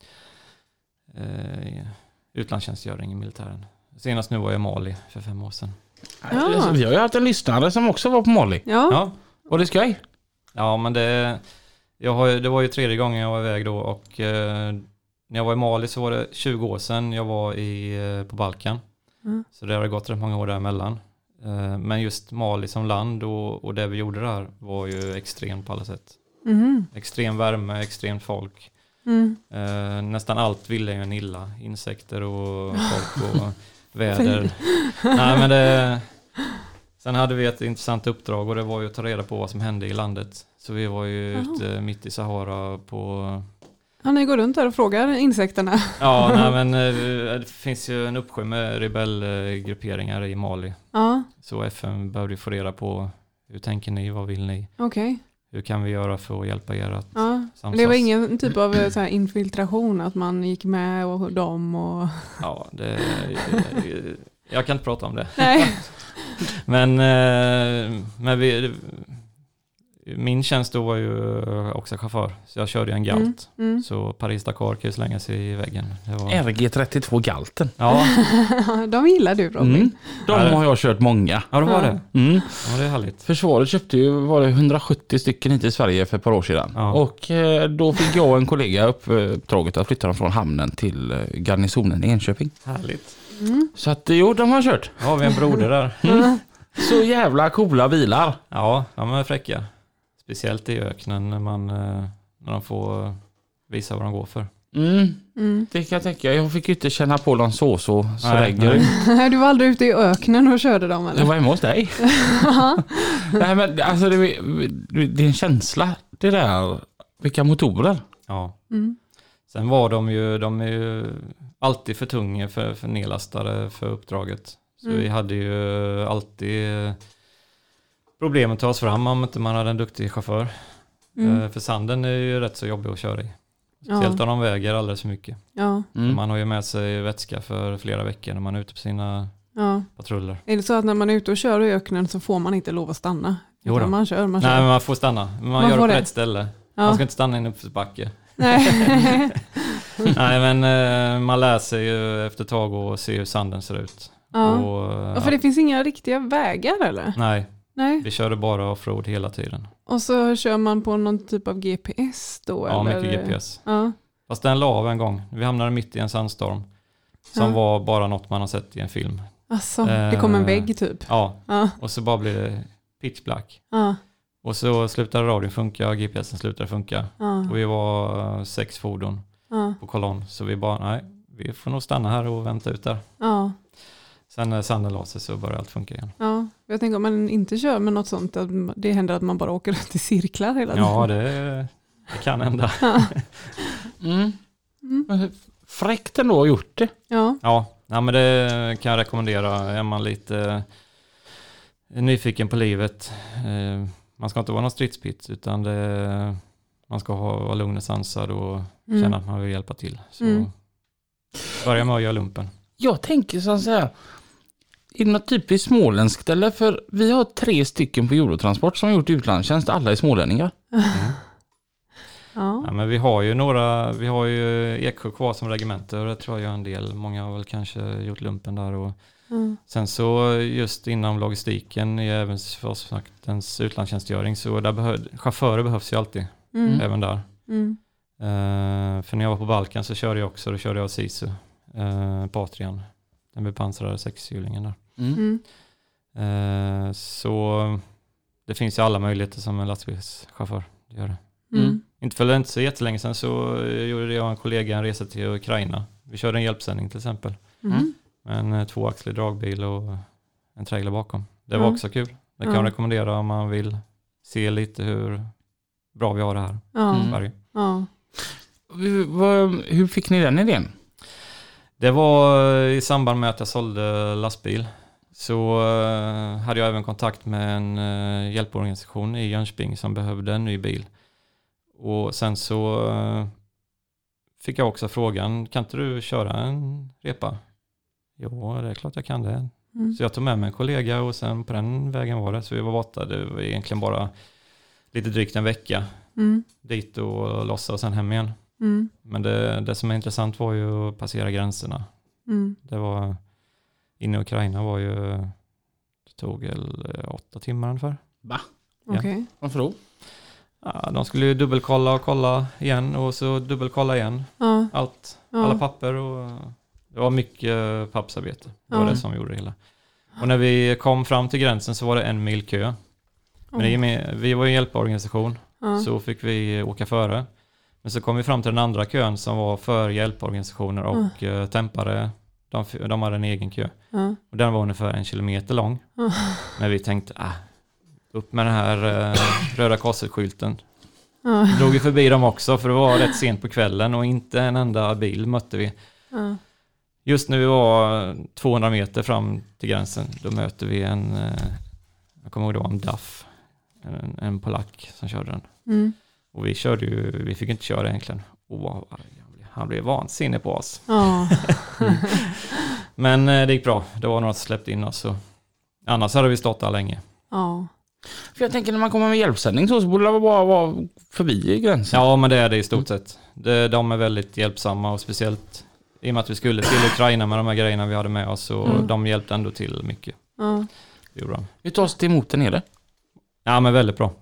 utlandstjänstgöring i militären. Senast nu var jag i Mali för 5 år sedan. Vi har ju haft en lyssnare som också var på Mali. Ja. Och det ska jag. Ja, men det var ju 3:e gången jag var iväg då, och när jag var i Mali så var det 20 år sedan jag var på Balkan. Så det har gått rätt många år däremellan. Men just Mali som land och det vi gjorde där var ju extremt på alla sätt. Extrem värme, extremt folk. Nästan allt ville en illa. Insekter och folk och väder. Nej, men sen hade vi ett intressant uppdrag, och det var ju att ta reda på vad som hände i landet. Så vi var ju ute mitt i Sahara på... Ja, ni går runt där och frågar insekterna. Ja, nej, men det finns ju en uppsjö med rebellgrupperingar i Mali. Så FN behövde få reda på, hur tänker ni, vad vill ni? Okej. Hur kan vi göra för att hjälpa er att samsas? Det var ingen typ av så här infiltration, att man gick med och dem och... Ja, jag kan inte prata om det. Nej. Men min tjänst då var ju också chaufför. Så jag körde en Galt. Så Paris-Dakar kan ju slänga sig i väggen. Det var... RG32 Galten. Ja. De gillar du, Robin. De har jag kört många. Ja, det var det. Mm. Ja, det är härligt. Försvaret köpte ju, var det 170 stycken hit i Sverige för ett par år sedan. Ja. Och då fick jag och en kollega uppdraget att flytta dem från hamnen till garnisonen i Enköping. Härligt. Så att jo, de har kört. Ja, vi har en broder där. Så jävla coola bilar. Ja, de är fräcka. Speciellt i öknen när de får visa vad de går för. Det kan jag tänka. Jag fick ju inte känna på någon så Nej. Du var aldrig ute i öknen och körde dem, eller? Jag var hemma hos dig. Nej, men alltså det är en känsla. Det där, vilka motorer. Ja. Sen var de är ju alltid för tunga för nedlastare för uppdraget. Så vi hade ju alltid problem att ta oss fram om inte man hade en duktig chaufför. För sanden är ju rätt så jobbig att köra i. Speciellt om de väger alldeles för mycket. Ja. Man har ju med sig vätska för flera veckor när man är ute på sina patruller. Är det så att när man är ute och kör i öknen så får man inte lov att stanna? Jo då. Man kör. Nej, men man får stanna. Man gör det på rätt ställe. Ja. Man ska inte stanna i en uppförsbacke. Nej. Nej, men man lär sig ju efter ett tag och se hur sanden ser ut. Ja. Och, för det finns inga riktiga vägar, eller? Nej. Vi körde bara offroad hela tiden. Och så kör man på någon typ av GPS då? Ja, eller? mycket GPS. Ja. Fast den la av en gång. Vi hamnade mitt i en sandstorm. Som var bara något man har sett i en film. Alltså, det kom en vägg typ? Ja. Och så bara blev det pitch black. Ja. Och så slutade radion funka, GPSen slutade funka. Och vi var 6 fordon på kolonn. Så vi bara, vi får nog stanna här och vänta ut där. Ja. Sen när sanden la sig så började allt funka igen. Ja, jag tänker om man inte kör med något sånt, att det händer att man bara åker runt i cirklar hela tiden. Ja, det kan hända. Fräckt ändå har gjort det. Ja, men det kan jag rekommendera. Är man lite nyfiken på livet. Man ska inte vara någon stridspits, utan man ska vara lugn och sansad och känna att man vill hjälpa till. Så börja med att göra lumpen. Jag tänker så här, är det något typiskt småländskt, eller? För vi har 3 stycken på Eurotransport som har gjort utlandstjänst, alla är smålänningar. Ja, men vi har ju Eksjö kvar som regemente, och det tror jag en del. Många har väl kanske gjort lumpen där. Och sen så just inom logistiken i även Försvarsmaktens utlandstjänstgöring, så där chaufförer behövs ju alltid, även där. För när jag var på Balkan så körde jag också, då körde jag Sisu. Patrian, den bepansrade 6-hjulingen där. Så det finns ju alla möjligheter som en lastbilschaufför gör det. Inte för inte så jättelänge sedan så gjorde jag och en kollega en resa till Ukraina. Vi körde en hjälpsändning till exempel. Med en 2-axlig dragbil och en trailer bakom. Det var också kul. Det kan jag rekommendera om man vill se lite hur bra vi har det här i Sverige. Hur fick ni den idén? Det var i samband med att jag sålde lastbil. Så hade jag även kontakt med en hjälporganisation i Jönköping som behövde en ny bil. Och sen så fick jag också frågan, kan inte du köra en repa? Jo, det är klart jag kan det. Så jag tog med mig en kollega och sen på den vägen var det. Så vi var borta, det var egentligen bara lite drygt en vecka. Dit och lossa och sen hem igen. Men det som är intressant var ju att passera gränserna. Det var inne i Ukraina var ju, det tog 8 timmar ungefär. Va? Okej. Varför då? Ja, de skulle ju dubbelkolla och kolla igen och så dubbelkolla igen. Alla papper, och det var mycket pappsarbete. Det var det som gjorde det hela. Och när vi kom fram till gränsen så var det 1 mil kö. Men vi var ju en hjälporganisation, så fick vi åka före. Men så kom vi fram till den andra kön som var för hjälporganisationer och tempare. De hade en egen kö. Och den var ungefär 1 kilometer lång. Men vi tänkte, upp med den här Röda Korset-skylten. Drog vi förbi dem också, för det var rätt sent på kvällen och inte en enda bil mötte vi. Just när vi var 200 meter fram till gränsen, då mötte vi jag kommer ihåg det var en DAF. En polack som körde den. Och vi fick inte köra egentligen. Och han blev vansinnig på oss. Men det gick bra. Det var några som släppte in oss. Annars hade vi stått där länge. För jag tänker när man kommer med hjälpsändning så borde det bara vara förbi gränsen. Ja, men det är det i stort sett. De är väldigt hjälpsamma och speciellt i och med att vi skulle till Ukraina med de här grejerna vi hade med oss och de hjälpte ändå till mycket. Det gjorde de. Hur tas det emot där nere? Ja, men väldigt bra.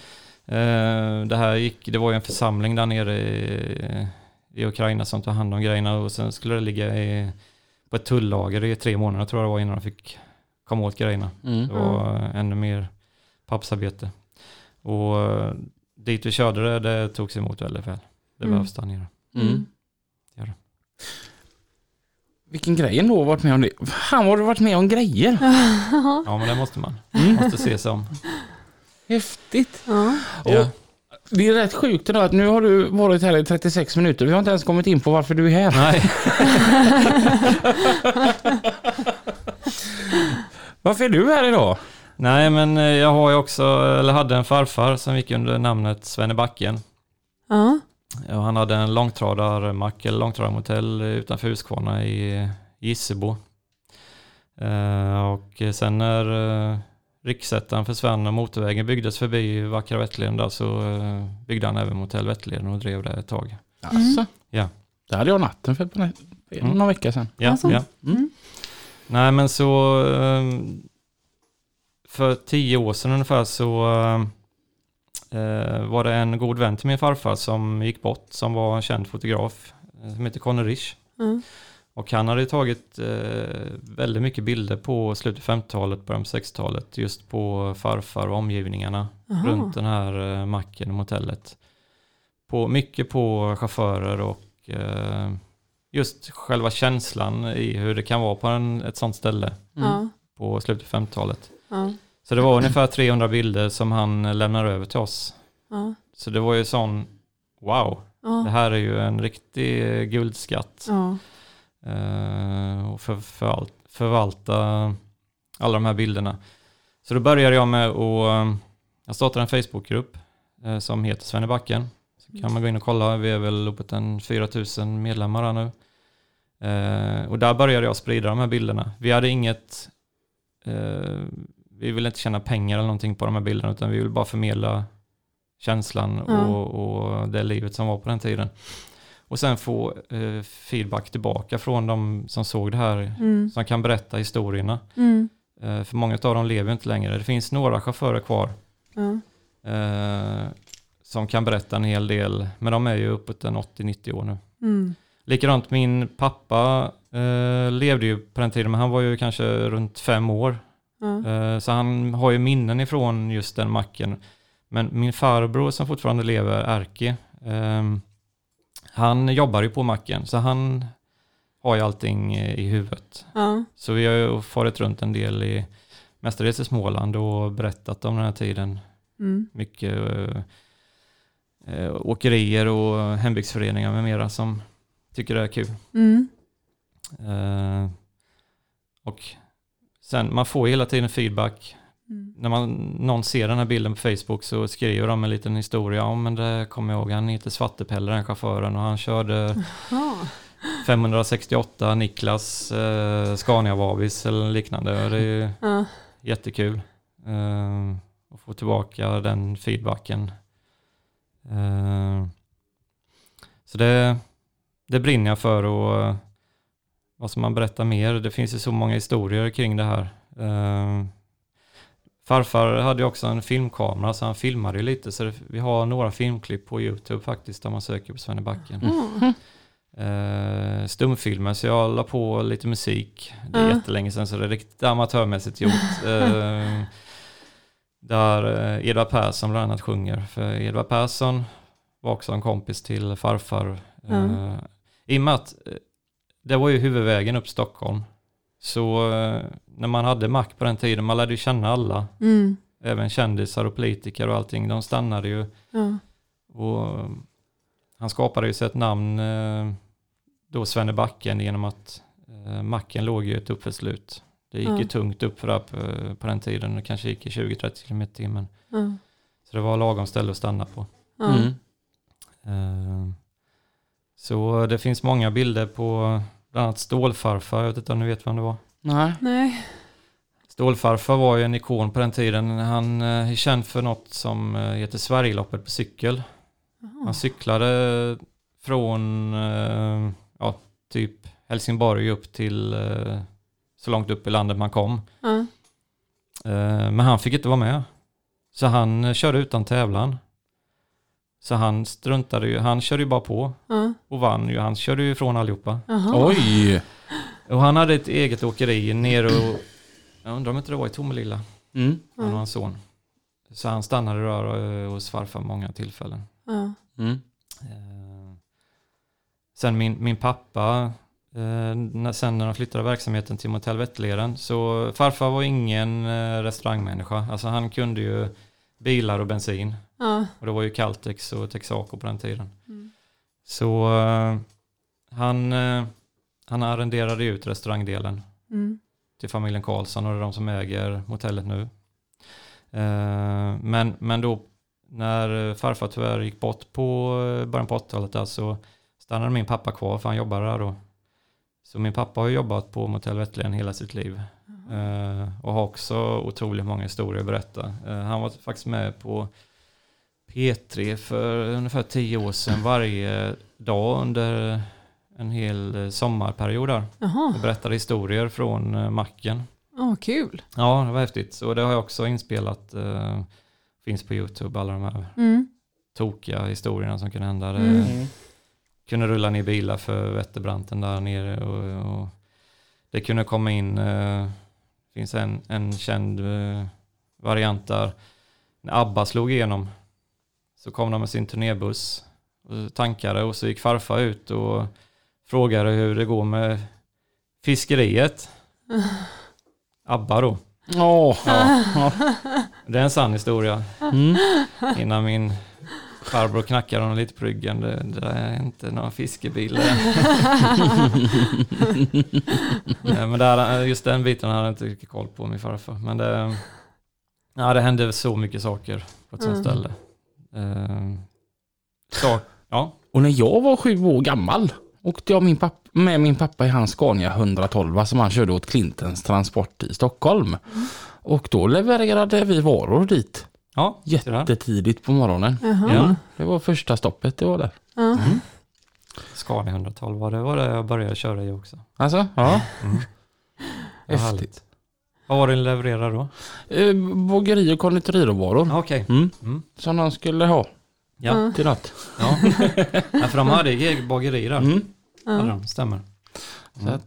Det var ju en församling där nere i Ukraina som tog hand om grejerna och sen skulle det ligga på ett tullager i 3 månader tror jag det var innan de fick komma åt grejerna. Det var ännu mer pappsarbete. Och dit vi körde det togs emot väldigt väl. Det behövs där nere. Gör det. Vilken grej ändå har varit med om det. Han har varit med om grejer. Ja, men det måste man. Måste se sig om. Häftigt. Ja. Det är rätt sjukt ändå att nu har du varit här i 36 minuter. Vi har inte ens kommit in på varför du är här. Nej. Varför är du här idag? Nej, men jag har ju också, eller hade en farfar som gick under namnet Svennebacken. Ja. Ja, han hade en långtradarmack eller långtradarmotell utanför Huskvarna i Gissebo. Och sen när rikssättaren försvann och motorvägen byggdes förbi Vackra Vättleden där så byggde han även motell Vättleden och drev det ett tag. Alltså. Ja. Det hade jag natten för några veckor sedan. Ja. Nej, men så för 10 år sedan ungefär så var det en god vän till min farfar som gick bort som var en känd fotograf som heter Conny Rich. Och han hade tagit väldigt mycket bilder på slutet 50-talet, början på 60-talet just på farfar och omgivningarna runt den här macken och motellet. Mycket på chaufförer och just själva känslan i hur det kan vara på ett sånt ställe på slutet 50-talet. Så det var ungefär 300 bilder som han lämnar över till oss. Så det var ju sån, wow, det här är ju en riktig guldskatt. Och förvalta alla de här bilderna. Så då började jag med att jag startade en Facebookgrupp som heter Svennebacken. Så kan man gå in och kolla, vi är väl uppåt 4000 medlemmar här nu. Och där började jag sprida de här bilderna. Vi hade inget, vi ville inte tjäna pengar eller någonting på de här bilderna utan vi ville bara förmedla känslan och det livet som var på den tiden. Och sen få feedback tillbaka från de som såg det här, som kan berätta historierna. För många av dem lever inte längre. Det finns några chaufförer kvar som kan berätta en hel del, men de är ju uppåt 80-90 år nu. Likadant min pappa levde ju på den tiden, men han var ju kanske runt 5 år. Så han har ju minnen ifrån just den macken. Men min farbror som fortfarande lever, Erki, han jobbar ju på macken, så han har ju allting i huvudet. Så vi har ju farit runt en del mestadels i Småland och berättat om den här tiden. Mycket åkerier och hembygdsföreningar med mera som tycker det är kul. Och sen, man får hela tiden feedback. När någon ser den här bilden på Facebook så skriver de en liten historia. Ja, men det kommer jag ihåg. Han heter Svartepelle, den chauffören. Och han körde 568 Niklas Scania Vabis eller liknande. Och det är ju jättekul att få tillbaka den feedbacken. Så det brinner jag för. Och vad som man berättar mer. Det finns ju så många historier kring det här. Farfar hade ju också en filmkamera så han filmade ju lite. Så vi har några filmklipp på YouTube faktiskt om man söker på Svennebacken. Stumfilmer, så jag la på lite musik. Det är jättelänge sedan så det är riktigt amatörmässigt gjort. Där Edvard Persson bland annat sjunger. För Edvard Persson var också en kompis till farfar. I och med att det var ju huvudvägen upp Stockholm. Så när man hade mack på den tiden, man lärde ju känna alla. Även kändisar och politiker och allting. De stannade ju. Och han skapade ju sig ett namn då Svennebacken genom att macken låg ju ett uppförslut. Det gick ju tungt upp för på den tiden. Det kanske gick i 20-30 km i timmen. Så det var lagom ställe att stanna på. Så det finns många bilder på bland annat Stålfarfar. Jag vet inte om ni vet vem det var. Nej. Stålfarfar var ju en ikon på den tiden. Han är känd för något som heter Sverigeloppet på cykel. Han cyklade från typ Helsingborg upp till så långt upp i landet man kom. Men han fick inte vara med. Så han körde utan tävlan. Så han struntade ju. Han körde ju bara på. Och vann ju. Han körde ju ifrån allihopa. Oj! Och han hade ett eget åkeri ner och jag undrar om inte det var i Tomelilla. Han och hans son. Så han stannade där hos farfar många tillfällen. Sen min pappa, sen när de flyttade verksamheten till Motell Vätterleden, så farfar var ingen restaurangmänniska. Alltså han kunde ju bilar och bensin. Och det var ju Caltex och Texaco på den tiden. Så han arrenderade ut restaurangdelen till familjen Karlsson, och det är de som äger motellet nu. Men då när farfar tyvärr gick bort på början på 80-talet där, så stannade min pappa kvar, för han jobbade där då. Så min pappa har jobbat på Motell Vätterleden hela sitt liv. Och har också otroligt många historier att berätta. Han var faktiskt med på P3 för ungefär 10 år sedan varje dag under en hel sommarperiod där. Och berättade historier från macken. Kul. Ja, det var häftigt. Så det har jag också inspelat. Finns på YouTube, alla de här tokiga historierna som kunde hända. Kunde rulla ner bilar för Vätterbranten där nere. Och det kunde komma in, finns en känd variant där. När ABBA slog igenom så kom de med sin turnébuss och tankade, och så gick farfar ut och frågade hur det går med fiskeriet. ABBA då. Ja. Det är en sann historia. Innan min farbror knackade honom lite på ryggen. Det är inte någon fiskebil. Men just den biten hade jag inte riktigt koll på, min farfar. Men det hände så mycket saker på ett sånt ställe. Och när jag var 7 år gammal åkte jag med min pappa i hans Scania 112 som han körde åt Clintons transport i Stockholm. Och då levererade vi varor dit. Ja, jättetidigt på morgonen. Ja, det var första stoppet, det var där. Scania 112 det var det jag började köra i också. Alltså? Ja. Häftigt. Vad var det ni levererade då? Bageri- och konditoriråvaror. Okej. Som de skulle ha. Ja. Till något. Ja, för de hade eget bageri där. Ja, stämmer. Så att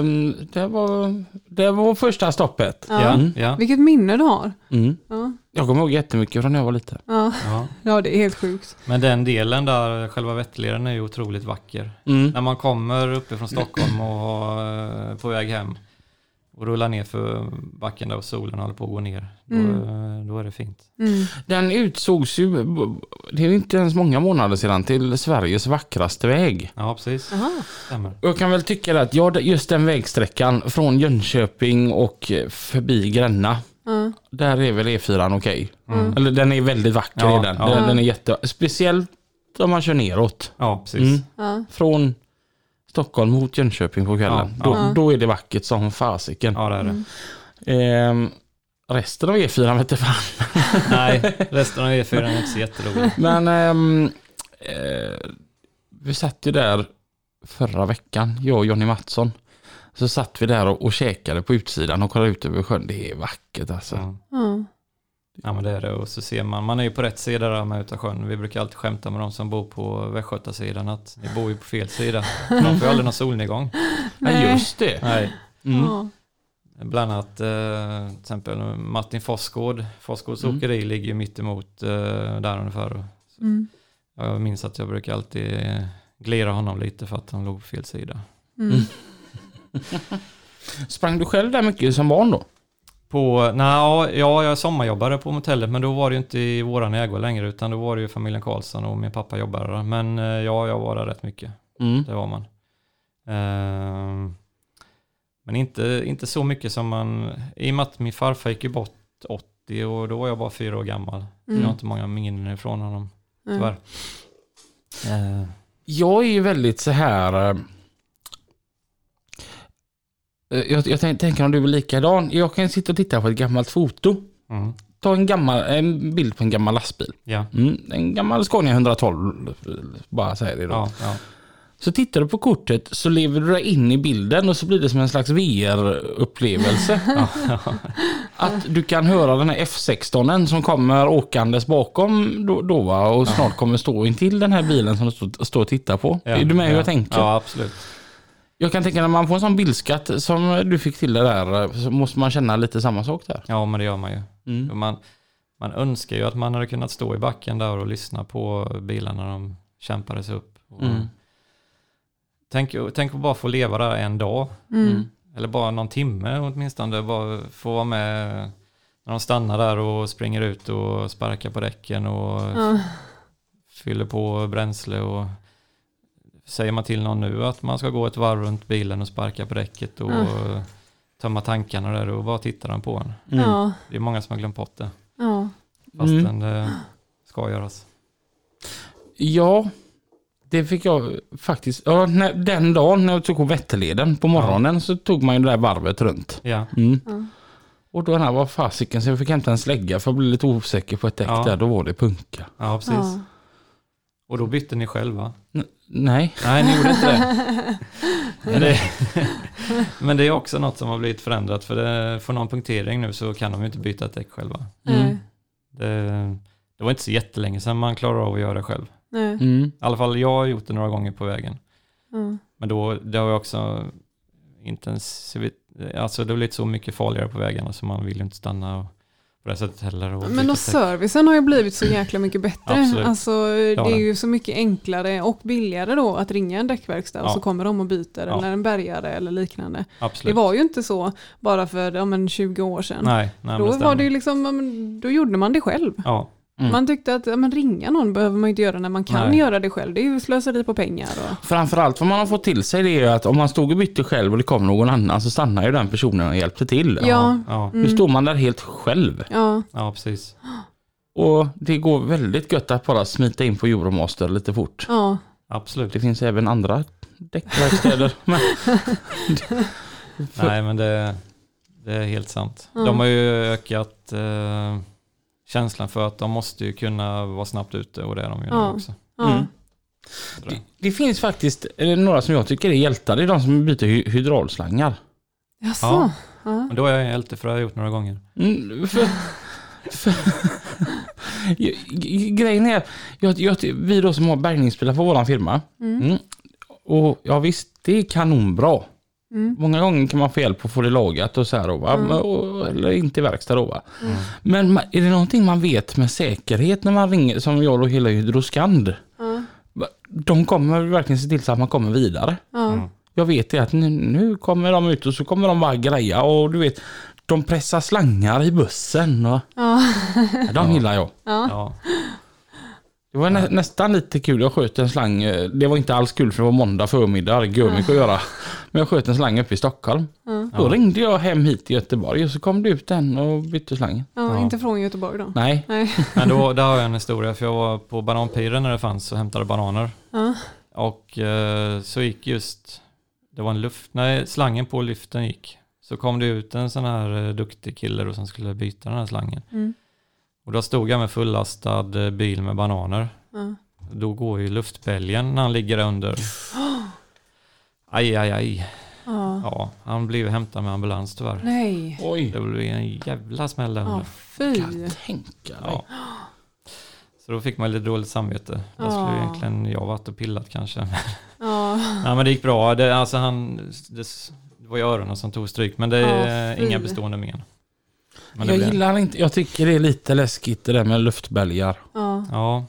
det var första stoppet. Ja. Vilket minne du har. Jag kommer ihåg jättemycket från när jag var liten. Ja, det är helt sjukt. Men den delen där, själva Vätterleden, är ju otroligt vacker. När man kommer uppifrån Stockholm och på väg hem och rullar ner för backen där och solen håller på att gå ner. Då är det fint. Den utsågs ju, det är inte ens många månader sedan, till Sveriges vackraste väg. Ja, precis. Stämmer. Jag kan väl tycka att just den vägsträckan från Jönköping och förbi Gränna, där är väl E4 okej. Eller den är väldigt vacker. Den är speciellt om man kör neråt. Ja, precis. Från Stockholm mot Jönköping på kvällen. Då är det vackert som fasiken. Ja, det är det. Resten av E4 vet jag fan. Nej, resten av E4 är inte så jätteroligt. Men vi satt ju där förra veckan, jag och Johnny Mattsson. Så satt vi där och käkade på utsidan och kollade ut över sjön. Det är vackert alltså. Ja, men det är det. Och så ser man är ju på rätt sida där med utav sjön. Vi brukar alltid skämta med de som bor på Västgötasidan att ni bor ju på fel sida. De får ju aldrig någon solnedgång. Nej, just det. Nej. Bland annat till exempel Martin Fosgårds åkeri ligger ju mitt emot där ungefär. Jag minns att jag brukar alltid glera honom lite för att han låg på fel sida. Sprang du själv där mycket som barn då? Jag sommarjobbade på motellet, men då var det ju inte i våran ägo längre, utan då var det ju familjen Karlsson och min pappa jobbade där. Men jag var där rätt mycket. Det var man. Men inte så mycket som man, i och med att min farfar gick ju bort 80 och då var jag bara 4 år gammal. Jag har inte många minnen ifrån honom, tyvärr. Jag är ju väldigt så här, Jag tänker om du är likadan. Jag kan sitta och titta på ett gammalt foto. Ta en bild på en gammal lastbil. Ja. En gammal Scania 112, bara säger det då. Ja. Så tittar du på kortet så lever du in i bilden och så blir det som en slags VR-upplevelse. Att du kan höra den här F16 som kommer åkandes bakom då va? Och snart kommer stå in till den här bilen som du står och tittar på. Är du med hur jag tänker? Ja, absolut. Jag kan tänka när man får en sån bildskatt som du fick till det där så måste man känna lite samma sak där. Ja, men det gör man ju. Man önskar ju att man hade kunnat stå i backen där och lyssna på bilarna när de kämpade sig upp. Tänk att bara få leva där en dag. Eller bara någon timme åtminstone. Bara få vara med när de stannar där och springer ut och sparkar på däcken och fyller på bränsle. Och säger man till någon nu att man ska gå ett varv runt bilen och sparka på däcket och tömma tankarna där och bara tittar de på en. Det är många som har glömt bort det. Fastän det ska göras. Ja, det fick jag faktiskt. Ja, den dagen när jag tog Vätterleden på morgonen så tog man ju det där varvet runt. Ja. Och då var fasiken så jag fick hämta en slägga för att bli lite osäker på ett däck där. Då var det punka. Ja, precis. Och då bytte ni själva? Nej. Nej, ni gjorde inte det. Men det är också något som har blivit förändrat. För får någon punktering nu så kan de ju inte byta ett däck själva. Det var inte så jättelänge sedan man klarade av att göra det själv. I alla fall jag har gjort det några gånger på vägen. Men då det har jag också alltså det har blivit så mycket farligare på vägarna så man vill ju inte stanna på det sättet heller. Men servicen har ju blivit så jäkla mycket bättre. Absolut. Alltså det är ju så mycket enklare och billigare då att ringa en däckverkstad och så kommer de och byter eller en bärgare eller liknande. Absolut. Det var ju inte så bara för 20 år sedan. Nej, då var det ju liksom, då gjorde man det själv. Ja. Man tyckte att ringa någon behöver man inte göra när man kan göra det själv. Det är ju slöseri på pengar. Framförallt vad man har fått till sig det är att om man stod och bytte själv och det kom någon annan så stannar ju den personen och hjälpte till. Nu står man där helt själv. Ja, precis. Och det går väldigt gött att bara smita in på Euromaster lite fort. Ja. Absolut. Det finns även andra däckverkstäder. Nej, men det är helt sant. De har ju ökat känslan för att de måste ju kunna vara snabbt ute och det är de ju också. Det finns faktiskt några som jag tycker är hjältar. Det är de som byter hydraulslangar. Jaså? Men då är jag en hjälte för det har jag gjort några gånger. Grejen är vi då som har bärgningsbilar på våran firma. Och ja visst, det är kanonbra. Många gånger kan man få hjälp att få det lagat och så här eller inte i verkstad då va. Men är det någonting man vet med säkerhet när man ringer som jag och hela Hydroskand? De kommer verkligen se till så att man kommer vidare. Jag vet det att nu kommer de ut och så kommer de bara greja och du vet de pressar slangar i bussen och de gillar jag. Det var nästan lite kul. Jag sköt en slang. Det var inte alls kul för det var måndag förmiddag. Det går mycket att göra. Men jag sköt en slang uppe i Stockholm. Då ringde jag hem hit till Göteborg och så kom det ut en och bytte slangen. Inte från Göteborg då? Nej. Men där har jag en historia. För jag var på bananpiren när det fanns och hämtade bananer. Och så gick det var slangen på lyften gick. Så kom det ut en sån här duktig kille då, som skulle byta den här slangen. Och då stod jag med fullastad bil med bananer. Då går ju luftbälgen när han ligger under. Aj. Ja, han blev hämtad med ambulans tyvärr. Nej. Oj. Det blev en jävla smäll där under. Fy. Kan tänka dig. Så då fick man lite dåligt samvete. Då skulle egentligen jag varit och pillat kanske. Nej, men det gick bra. Det var ju öronen som tog stryk. Men det är inga bestående men. Jag gillar inte. Jag tycker det är lite läskigt det där med luftbälgar. Ja.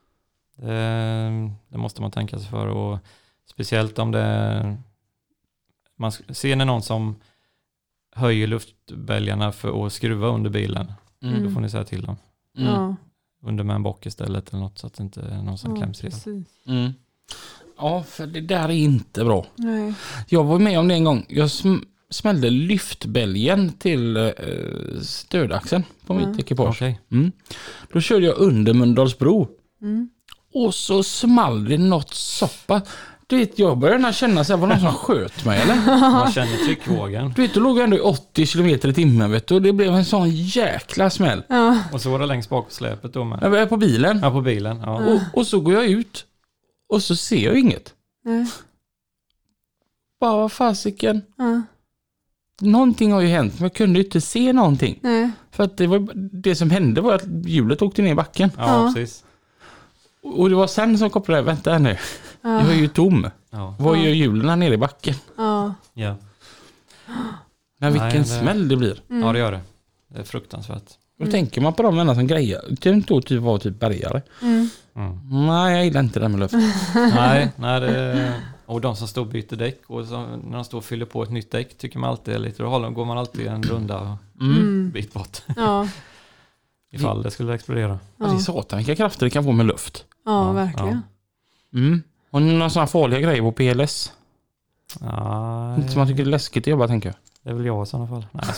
Det måste man tänka sig för. Och speciellt om man ser när någon som höjer luftbälgarna för att skruva under bilen. Då får ni säga till dem. Under med en bock istället eller något så att det inte är någon som kläms i. Ja, för det där är inte bra. Nej. Jag var med om det en gång. Jag smällde lyftbälgen till stödaxeln på mitt ekipage. Okay. Då körde jag under Mölndalsbro. Och så small det något soppa. Du vet, jag började känna så här, var någon som sköt mig eller? Man känner tryckvågen. Du vet, då låg jag ändå i 80 km i timmen, vet du, och det blev en sån jäkla smäll. Ja. Och så var det längst bak på släpet då med. Jag var på bilen. Ja, på bilen. Ja. Och så går jag ut och så ser jag inget. Nej. Bara, vad fasiken. Ja. Någonting har ju hänt, men jag kunde inte se någonting. Nej. För att det som hände var att hjulet åkte ner i backen. Ja, precis. Och det var sen som kopplade, vänta här nu. Jag är ju tom. Ja. Vad gör hjulen här nere i backen? Ja. Ja. Men vilken det- smäll det blir. Ja, det gör det. Det är fruktansvärt. Då tänker man på de vänner som grejer. Det då typ var typ bärgare. Nej, jag gillar inte det med luft. Nej, och de som står och byter däck och så, när de står och fyller på ett nytt däck tycker man alltid är lite, då går man alltid en runda bit bort. Ja. Ifall det skulle explodera. Ja. Det är satan vilka krafter det kan få med luft. Ja, verkligen. Har ni några sådana farliga grejer på PLS? Nej, Inte som man tycker det är läskigt att jobba, tänker jag. det är väl jag i sådana fall. Nej,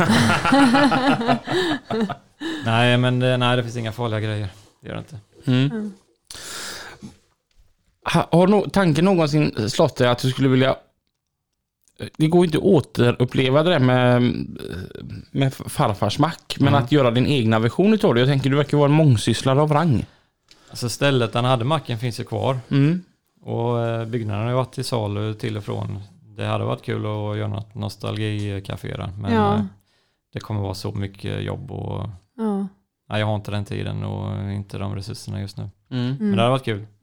nej, men det finns inga farliga grejer. Det gör det inte. Har tanken någonsin slått dig att du skulle vilja... Det går inte att återuppleva det där med farfars mack, men att göra din egna version utav det. Jag tänker, du verkar vara en mångsysslare av rang. Alltså stället där han hade macken finns ju kvar. Och byggnaden har ju varit i salu till och från. Det hade varit kul att göra något nostalgikafé där. Men det kommer vara så mycket jobb och nej, jag har inte den tiden och inte de resurserna just nu. Men det hade varit kul.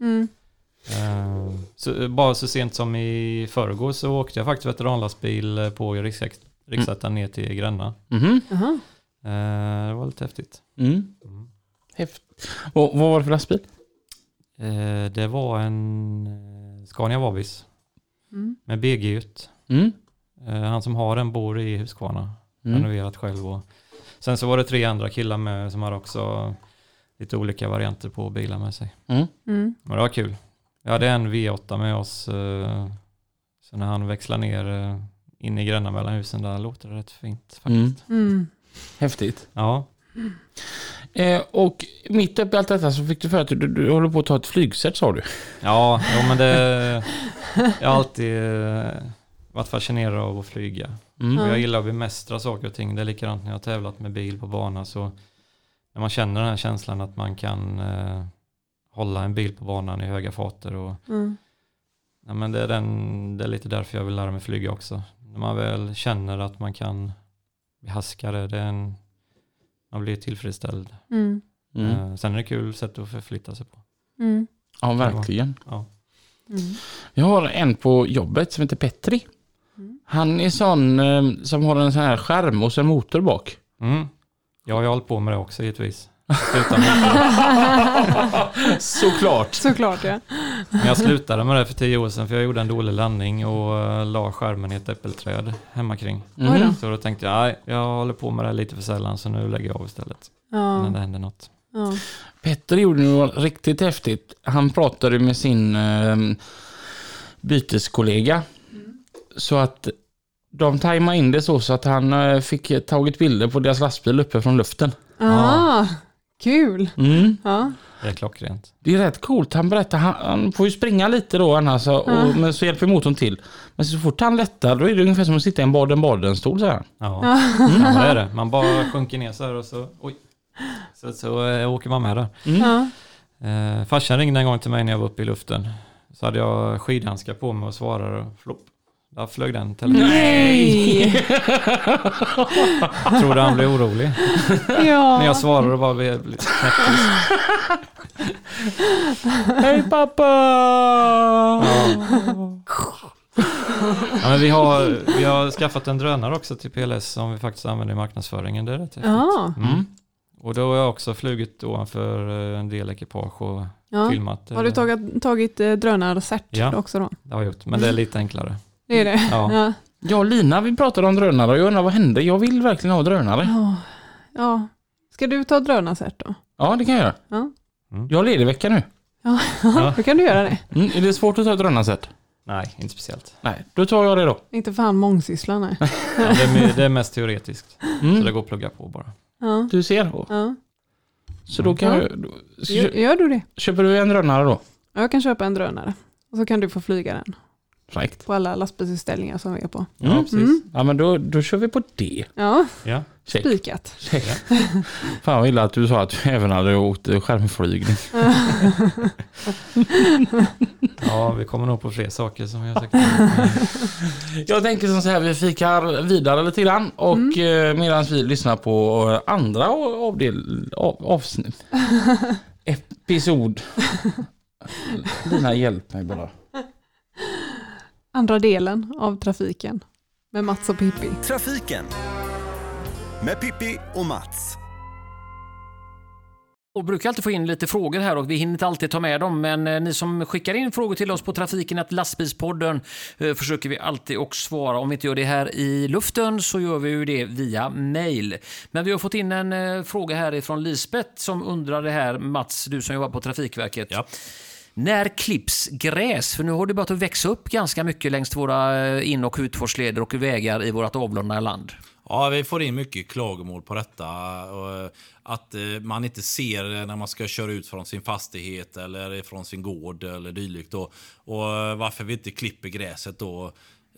Bara så sent som i förrgår så åkte jag faktiskt veteranlastbil på riksrätten ner till Gränna. Det var lite häftigt. Häftigt. Och vad var det för lastbil? Det var en Scania Vabis med BG ut. Han som har den bor i Huskvarna. Renoverat själv. Och sen så var det 3 andra killar med som hade också lite olika varianter på bilar med sig. Men det var kul. Jag hade en V8 med oss. Så när han växlar ner in i Gränna mellan husen där låter det rätt fint faktiskt. Häftigt. Ja. Och mitt uppe i allt detta så fick du för att du håller på att ta ett flygsätt, sa du. Ja, men jag har alltid varit fascinerad av att flyga. Och jag gillar att bemästra saker och ting. Det är likadant när jag har tävlat med bil på bana. Så när man känner den här känslan att man kan hålla en bil på banan i höga farter. Och, ja, men det är lite därför jag vill lära mig flyga också. När man väl känner att man kan behärska det, man blir tillfredsställd. Sen är det kul sätt att förflytta sig på. Ja, verkligen. Ja. Jag har en på jobbet som heter Petri. Han är sån som har en sån här skärm och sen motor bak. Jag har hållit på med det också givetvis. Såklart, ja. Men jag slutade med det för 10 år sedan för jag gjorde en dålig landning och la skärmen i ett äppelträd hemma kring. Så då tänkte jag, nej, jag håller på med det lite för sällan så nu lägger jag av istället. När det händer något. Petter gjorde något riktigt häftigt. Han pratade med sin byteskollega så att de tajmade in det så att han fick tagit bilder på deras lastbil uppe från luften. Kul. Ja. Det är klockrent. Det är rätt coolt. Han berättar, han får ju springa lite då annars, men så hjälper motorn till. Men så fort han lättar, då är det ungefär som att sitta i en baden-baden-stol så här. Ja, men det är det. Man bara sjunker ner så här och så åker man med där. Farsan ringde en gång till mig när jag var uppe i luften. Så hade jag skidhandskar på mig och svarade och flopp. Där flög den telefonen. Nej! Jag trodde han blev orolig. Ja. När jag svarade och bara blev lite knäppis. Hej pappa! Ja, men vi har skaffat en drönare också till PLS som vi faktiskt använder i marknadsföringen. Det är rätt häftigt. Och då har jag också flugit ovanför en del ekipage och filmat. Har du tagit drönarcert också då? Det har jag gjort, men det är lite enklare. Det är det? Ja. Jag och Lina, vi pratade om drönare och jag undrar vad hände. Jag vill verkligen ha drönare. Ja. Ska du ta drönarcert då? Ja, det kan jag göra. Ja. Jag har ledig vecka nu. Ja, då kan du göra det. Är det svårt att ta drönarcert? Nej, inte speciellt. Nej, då tar jag det då. Inte för han mångsysslar, nej. Ja, det är mest teoretiskt. Så det går att plugga på bara. Ja. Du ser. Ja. Så då kan Gör du det? Köper du en drönare då? Jag kan köpa en drönare. Och så kan du få flyga den. Fräckt. på alla lastbilsutställningar som vi är på. Ja, precis. Ja, men då kör vi på det. Ja, Ja. Check. spikat. Fan vad illa att du sa att du även hade åkt skärmflygning. Ja, vi kommer nog på fler saker som jag har sagt. Jag tänker som så här, vi fikar vidare lite grann och medan vi lyssnar på andra avsnitt. Episod. Lina, hjälp mig bara. Andra delen av trafiken med Mats och Pippi. Trafiken med Pippi och Mats. Och brukar alltid få in lite frågor här och vi hinner inte alltid ta med dem, men ni som skickar in frågor till oss på trafiken att lastbilspodden försöker vi alltid och svara. Om vi inte gör det här i luften så gör vi ju det via mail. Men vi har fått in en fråga här ifrån Lisbeth som undrar det här, Mats, du som jobbar på Trafikverket. Ja. När klipps gräs? För nu har det börjat att växa upp ganska mycket längs våra in- och utfartsleder och vägar i vårt avlånga land. Ja, vi får in mycket klagomål på detta. Att man inte ser när man ska köra ut från sin fastighet eller från sin gård eller dylikt. Och varför vi inte klipper gräset då.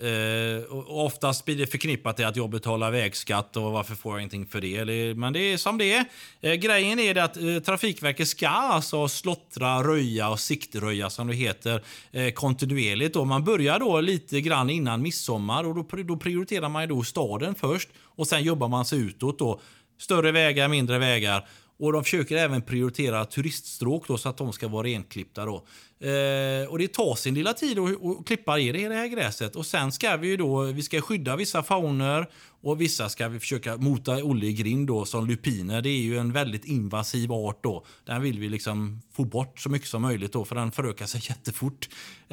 Och oftast blir det förknippat till att jag betalar vägskatt och varför får jag ingenting för det. Men det är som det är. Grejen är det att Trafikverket ska alltså slottra, röja och siktröja som det heter kontinuerligt. Och man börjar då lite grann innan midsommar och då prioriterar man ju då staden först och sen jobbar man sig utåt då. Större vägar, mindre vägar. Och de försöker även prioritera turiststråk då, så att de ska vara renklippta då. Och det tar sin lilla tid att klippa i det här gräset. Och sen ska vi ska skydda vissa fauner och vissa ska vi försöka mota Olle i grind då, som lupiner. Det är ju en väldigt invasiv art då. Den vill vi liksom få bort så mycket som möjligt då, för den förökar sig jättefort.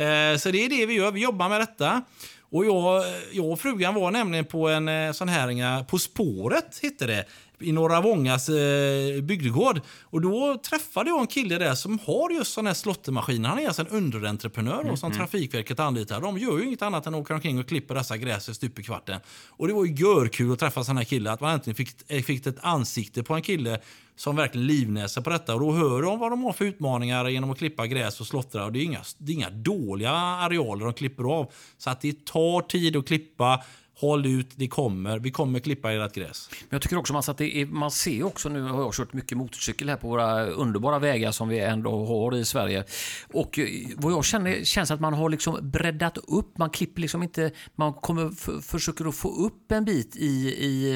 Så det är det vi gör. Vi jobbar med detta. Och jag och frugan var nämligen på en sån här På spåret heter det, i Norra Vångas bygdegård. Och då träffade jag en kille där som har just sån här slottermaskiner. Han är alltså en underentreprenör och som Trafikverket anlitar. De gör ju inget annat än att åka omkring och klippa dessa gräs stup i kvarten. Och det var ju görkul att träffa sån här kille. Att man äntligen fick ett ansikte på en kille som verkligen livnäser på detta. Och då hör de vad de har för utmaningar genom att klippa gräs och slottra. Och det är inga dåliga arealer de klipper av. Så att det tar tid att klippa. Håll ut, vi kommer klippa ert gräs. Men jag tycker också att man ser också, nu har jag kört mycket motorcykel här på våra underbara vägar som vi ändå har i Sverige. Och vad jag känns att man har liksom breddat upp, man klipper liksom inte, man försöker att få upp en bit i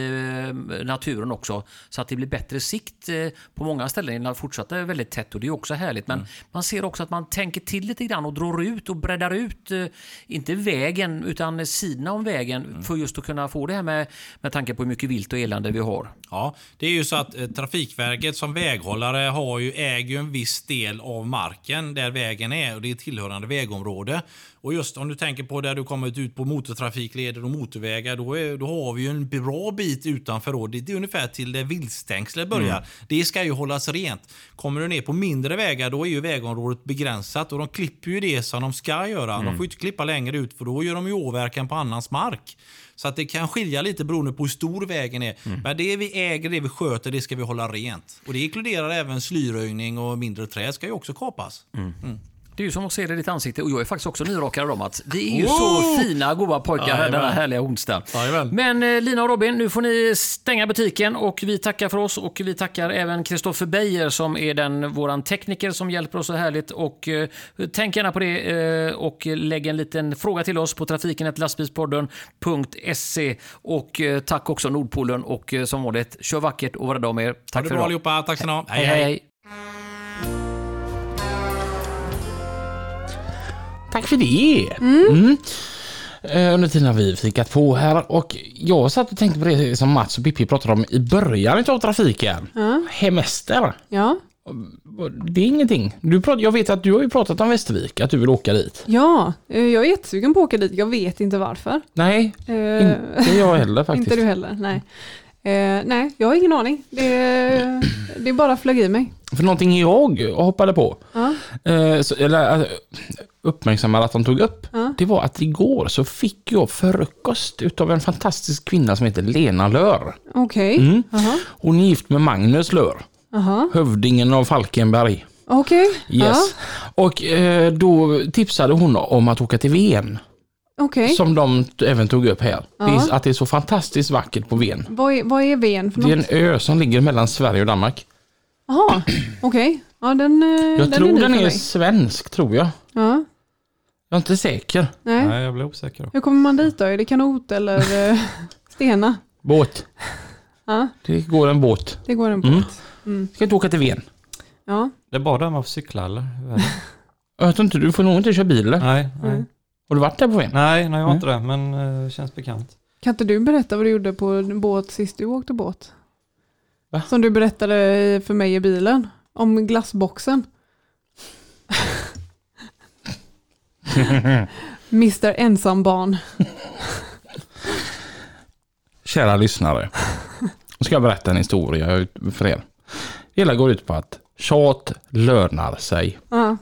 naturen också så att det blir bättre sikt på många ställen. Den fortsätter väldigt tätt och det är också härligt. Men man ser också att man tänker till lite grann och drar ut och breddar ut, inte vägen utan sidorna om vägen för just att kunna få det här med tanke på hur mycket vilt och elände vi har. Ja, det är ju så att Trafikverket som väghållare äger en viss del av marken där vägen är och det är tillhörande vägområde. Och just om du tänker på där du kommer ut på motortrafikleder och motorvägar, då har vi ju en bra bit utanför då. Det är ungefär till där viltstängslet börjar. Det ska ju hållas rent. Kommer du ner på mindre vägar, då är ju vägområdet begränsat och de klipper ju det som de ska göra. De får ju inte klippa längre ut för då gör de ju åverkan på annans mark. Så att det kan skilja lite beroende på hur stor vägen är. Men det vi äger, det vi sköter, det ska vi hålla rent. Och det inkluderar även slyröjning och mindre träd ska ju också kapas. Det är ju som att se det i ditt ansikte och jag är faktiskt också nyrakad om att vi är ju så fina, goda pojkar här den här härliga onsdagen. Men Lina och Robin, nu får ni stänga butiken och vi tackar för oss och vi tackar även Kristoffer Beijer som är våran tekniker som hjälper oss så härligt och tänk gärna på det och lägg en liten fråga till oss på trafiken@lastbilspodden.se och tack också Nordpolen och som vanligt, kör vackert och var rädda om er. Tack för idag allihopa, tack så mycket. Hej. Tack för det. Under tiden har vi fikat på här och jag satt och tänkte på det som Mats och Pippi pratade om i början av trafiken. Hemester. Ja. Det är ingenting. Jag vet att du har ju pratat om Västervik, att du vill åka dit. Ja, jag är jättesugen på att åka dit. Jag vet inte varför. Nej, inte jag heller faktiskt. Inte du heller, nej. Nej, jag har ingen aning. Det bara flög i mig. För någonting jag hoppade på, uppmärksammade att de tog upp, det var att igår så fick jag frukost utav en fantastisk kvinna som heter Lena Lör. Okej. Hon är gift med Magnus Lör, hövdingen av Falkenberg. Okej. Yes. Och då tipsade hon om att åka till Ven. Okej. som de även tog upp här. Ja. Att det är så fantastiskt vackert på Ven. Vad är Ven för Det är något? en ö som ligger mellan Sverige och Danmark. Jaha, okej. Ja, den Jag tror ny den för är mig. svensk, tror jag. Ja, Jag är inte säker. nej. Nej, jag blir osäker. Hur kommer man dit då? Är det kanot eller Stena? Båt. Ja, Det går en båt. det går en båt. Ska inte åka till Ven. Ja. Det är bara där man får cykla eller? Hur är det? Jag tror inte, du får nog inte köra bil. Nej, Mm. Har du varit där på Ven? nej, jag har inte det, men det känns bekant. Kan inte du berätta vad du gjorde på en båt sist du åkte båt? Va? Som du berättade för mig i bilen. Om glassboxen. Mr. Ensambarn. Kära lyssnare. Nu ska jag berätta en historia för er. Det hela går ut på att tjat lönar sig. Ja.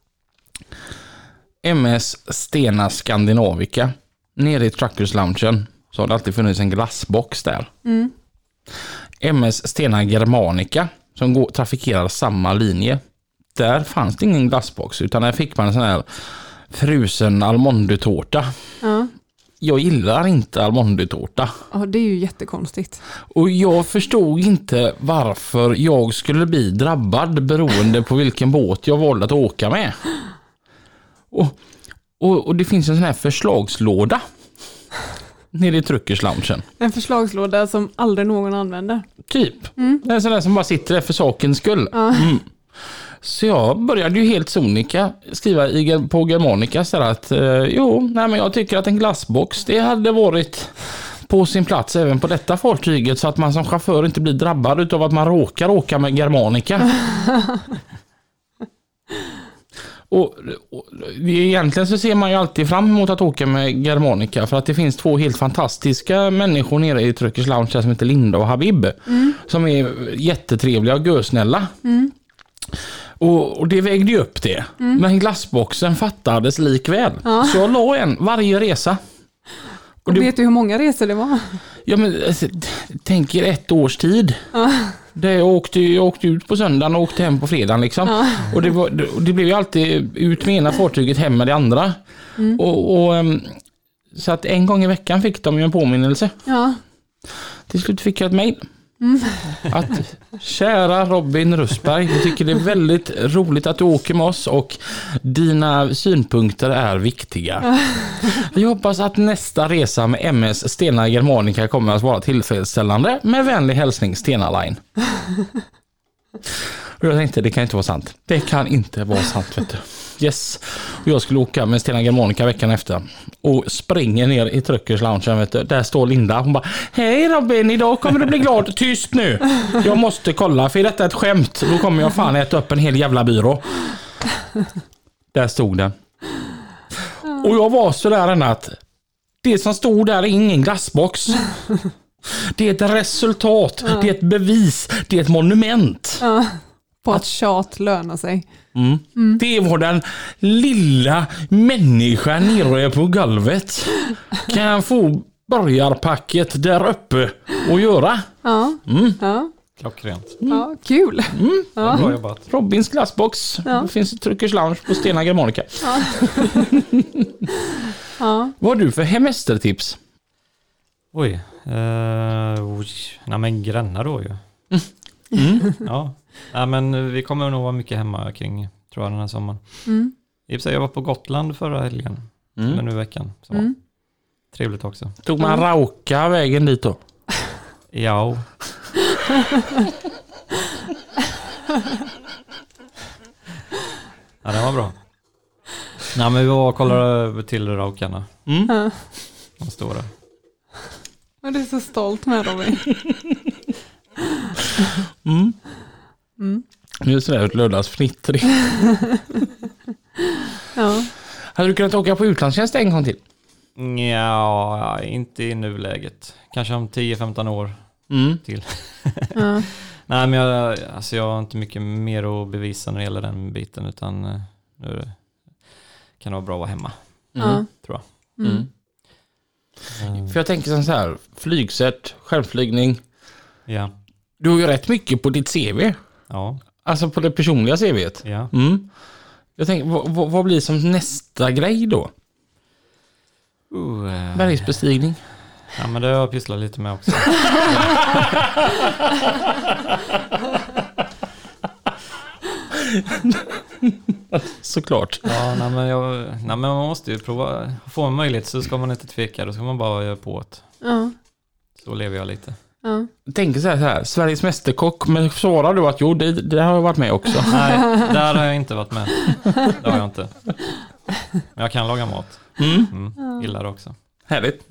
MS Stena Skandinavica. Nere i Truckers Loungen så har det alltid funnits en glassbox där. Mm. MS Stena Germanica som trafikerar samma linje. Där fanns det ingen glassbox utan där fick man en sån här frusen almondetårta. Ja. Jag gillar inte almondetårta. Ja, det är ju jättekonstigt. Och Och jag förstod inte varför jag skulle bli drabbad beroende på vilken båt jag valde att åka med. Och det finns en sån här förslagslåda nere i Truckers Loungen. en förslagslåda som aldrig någon använder. Typ. Det är en sån där som bara sitter där för sakens skull. Mm. Så jag började ju helt sonika skriva på Germanica så att men jag tycker att en glassbox det hade varit på sin plats även på detta fartyget så att man som chaufför inte blir drabbad av att man råkar åka med Germanica. och egentligen så ser man ju alltid fram emot att åka med Germanica för att det finns två helt fantastiska människor nere i Truckers Lounge som heter Linda och Habib som är jättetrevliga och görsnälla. Och det vägde ju upp det. Men glassboxen fattades likväl. Så jag la en varje resa. Och vet du hur många resor det var? Ja men tänk er 1 års tid. Där jag åkte ut på söndagen och åkte hem på fredagen liksom. Och det blev ju alltid ut med ena fartyget hem med det andra. Så att en gång i veckan fick de ju en påminnelse. Ja. Till slut fick jag ett mejl. Att kära Robin Rustberg, jag tycker det är väldigt roligt att du åker med oss och dina synpunkter är viktiga. Vi hoppas att nästa resa med MS Stena Germanica kommer att vara tillfredsställande. Med vänlig hälsning Stena Line. Och jag tänkte, det kan inte vara sant. Det kan inte vara sant, vet du. Yes. Och jag skulle åka med Stena Germanica veckan efter. Och springer ner i Truckers Lounge, vet du. Där står Linda. Hon bara, hej Robin, idag kommer du bli glad. Tyst nu. Jag måste kolla, för detta är ett skämt. Då kommer jag fan äta upp en hel jävla byrå. Där stod den. Och jag var så där än att det som stod där är ingen glassbox. Det är ett resultat. Det är ett bevis. Det är ett monument. På att tjat lönar sig. Det var den lilla människan nere på golvet. Kan få börjarpacket där uppe och göra. Ja. Ja. Klockrent. Ja, kul. Ja. Bra jobbat. Robins glassbox. Det finns ett Truckers Lounge på Stena Germanica. Vad har du för hemestertips? Oj. Nej men Gränna då ju. Ja. Nej men vi kommer nog vara mycket hemma kring, tror jag, den här sommaren. I och för sig, jag var på Gotland förra helgen. Men nu i veckan. Så. Trevligt också. Tog man rauka vägen dit då? Ja. Ja, det var bra. Nej men vi var och kollade över till raukarna. De står där. Och du är så stolt med Robin. Nu är det sådär ett lördagsfnittrig. Ja. Hade du kunnat åka på utlandstjänst en gång till? Ja, inte i nuläget. Kanske om 10-15 år till. Nej, men jag har inte mycket mer att bevisa när det gäller den biten, utan nu kan det vara bra att vara hemma. Tror jag. För jag tänker så här, flygsätt, självflygning. Ja. Du har ju rätt mycket på ditt CV. Ja. Alltså på det personliga CV:t. Ja. Jag tänker, vad blir som nästa grej då? Bergsbestigning. Ja, men det har jag pysslat lite med också. Såklart. Ja, nej, men man måste ju prova. Få en möjlighet så ska man inte tveka. Då ska man bara göra på det. Ja. Så lever jag lite. Ja. Tänk så här, Sveriges mästerkock, men svarar du att jo, det har jag varit med också. Nej, där har jag inte varit med. Det har jag inte. Men jag kan laga mat. Gillar det också. Härligt.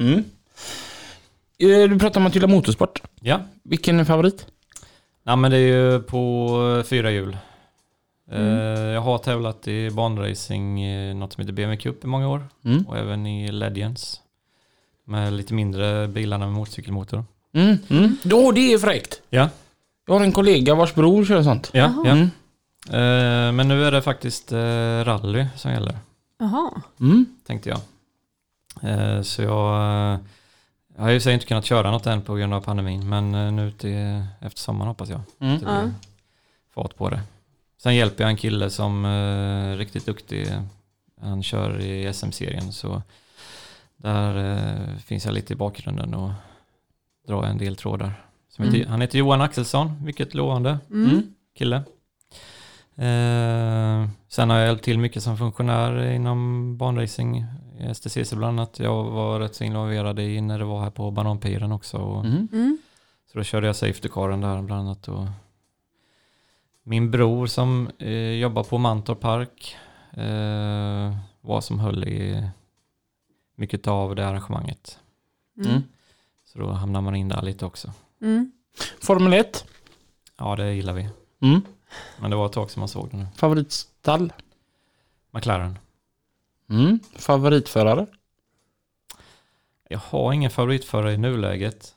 Du pratar om att gilla motorsport. Ja. Vilken är favorit? Nej, men det är ju på 4 hjul. Jag har tävlat i banracing, något som heter BMW Cup i många år. Och även i Legends. Med lite mindre bilarna med motorcykelmotor. Då, det är fräckt. Ja. Jag har en kollega vars bror kör sånt. Ja. Men nu är det faktiskt rally som gäller. Jaha. Tänkte jag. Så jag har ju inte kunnat köra något än på grund av pandemin. Men nu efter sommaren hoppas jag. Det blir fart på det. Sen hjälper jag en kille som är riktigt duktig. Han kör i SM-serien. Så där finns jag lite i bakgrunden och drar en del trådar. Han heter Johan Axelsson. Mycket lovande kille. Sen har jag hjälpt till mycket som funktionär inom banracing. STCC bland annat. Jag var rätt så involverad i när det var här på Bananpiren också. Så då körde jag safety-caren där bland annat. Och min bror som jobbar på Mantorp Park var som höll i mycket av det arrangemanget. Så då hamnar man in där lite också. Formel 1? Ja, det gillar vi. Men det var ett tag som man såg den nu. Favoritstall? McLaren. Favoritförare? Jag har ingen favoritförare i nuläget.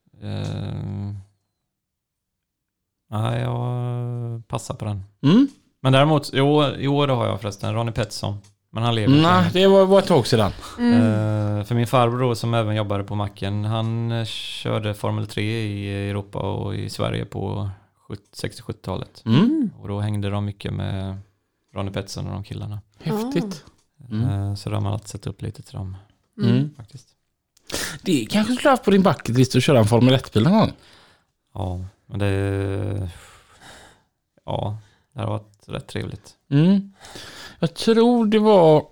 Nej, jag passar på den. Men däremot, jo, det har jag förresten. Ronnie Pettersson. Men han lever. Nej, det var ett tag sedan. För min farbror som även jobbade på macken, han körde Formel 3 i Europa och i Sverige på 60-70-talet. Och då hängde de mycket med Ronnie Pettersson och de killarna. Häftigt. Så då har man alltid sett upp lite till dem. Faktiskt. Det kanske skulle haft på din bucketlist att köra en Formel 1-bil någon gång. Ja, men det har varit rätt trevligt. Jag tror det var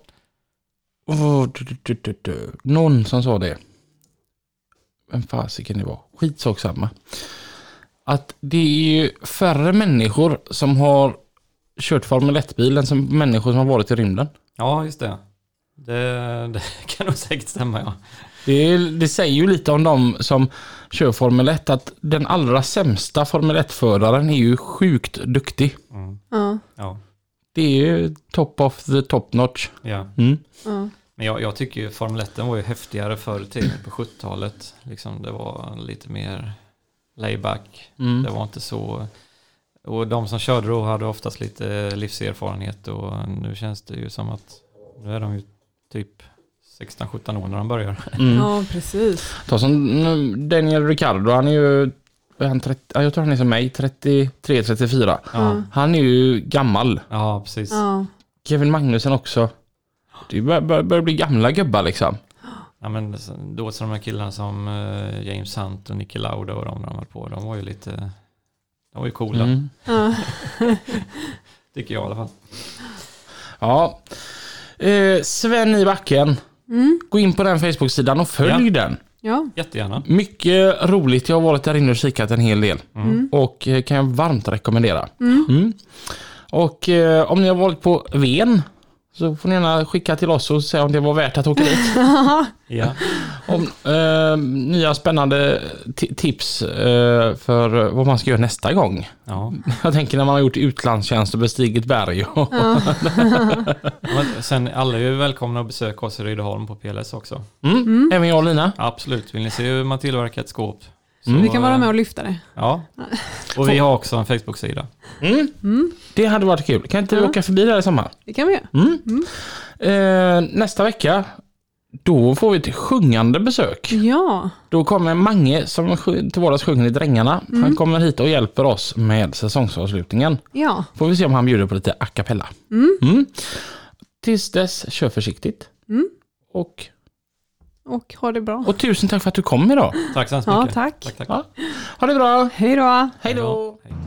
någon som sa det. Vem fasiken det var? Skitsak samma. Att det är ju färre människor som har kört Formel 1-bil än som människor som har varit i rymden. Ja, just det. Det kan nog säkert stämma, ja. Det säger ju lite om de som kör Formel 1 att den allra sämsta Formel 1-föraren är ju sjukt duktig. Ja. Det är ju top of the top notch. Ja. Men jag tycker ju Formel 1 var ju häftigare förr i tiden på 70-talet. Liksom, det var lite mer layback. Det var inte så... Och de som körde då hade oftast lite livserfarenhet och nu känns det ju som att nu är de ju typ 16-17 år när de börjar. Ja, precis. Ta som Daniel Ricciardo, han är ju jag tror han är som mig, 33-34. Han är ju gammal. Ja, precis. Kevin Magnussen också. Det börjar bli gamla gubbar liksom. Ja, men då så de här killarna som James Hunt och Niki Lauda och de var på, de var ju lite... De var ju coola. Tycker jag i alla fall. Ja. Sven i backen. Gå in på den Facebook-sidan och följ den. Ja. Jättegärna. Mycket roligt. Jag har varit där inne och kikat en hel del. Och kan jag varmt rekommendera. Och om ni har varit på Ven så får ni gärna skicka till oss och säga om det var värt att åka dit. Ja. Om nya spännande tips för vad man ska göra nästa gång. Ja. Jag tänker när man har gjort utlandstjänst och bestigit berg. Men sen alla är ju välkomna att besöka oss i Rydeholm på PLS också. Även jag och Lina. Absolut. Vill ni se hur man tillverkar ett skåp? Så, Vi kan vara med och lyfta det. Ja. Och vi har också en Facebook-sida. Det hade varit kul. Kan inte vi åka förbi där i sommar? Det kan vi göra. Nästa vecka då får vi ett sjungande besök. Ja. Då kommer Mange som till vardags sjunger i Drängarna. Han kommer hit och hjälper oss med säsongsavslutningen. Ja. Får vi se om han bjuder på lite a cappella. Tills dess, kör försiktigt. Och och ha det bra. Och tusen tack för att du kom idag. Tack så hemskt mycket. Ja, tack. Tack. Ja. Ha det bra. Hej då. Hej då. Hej.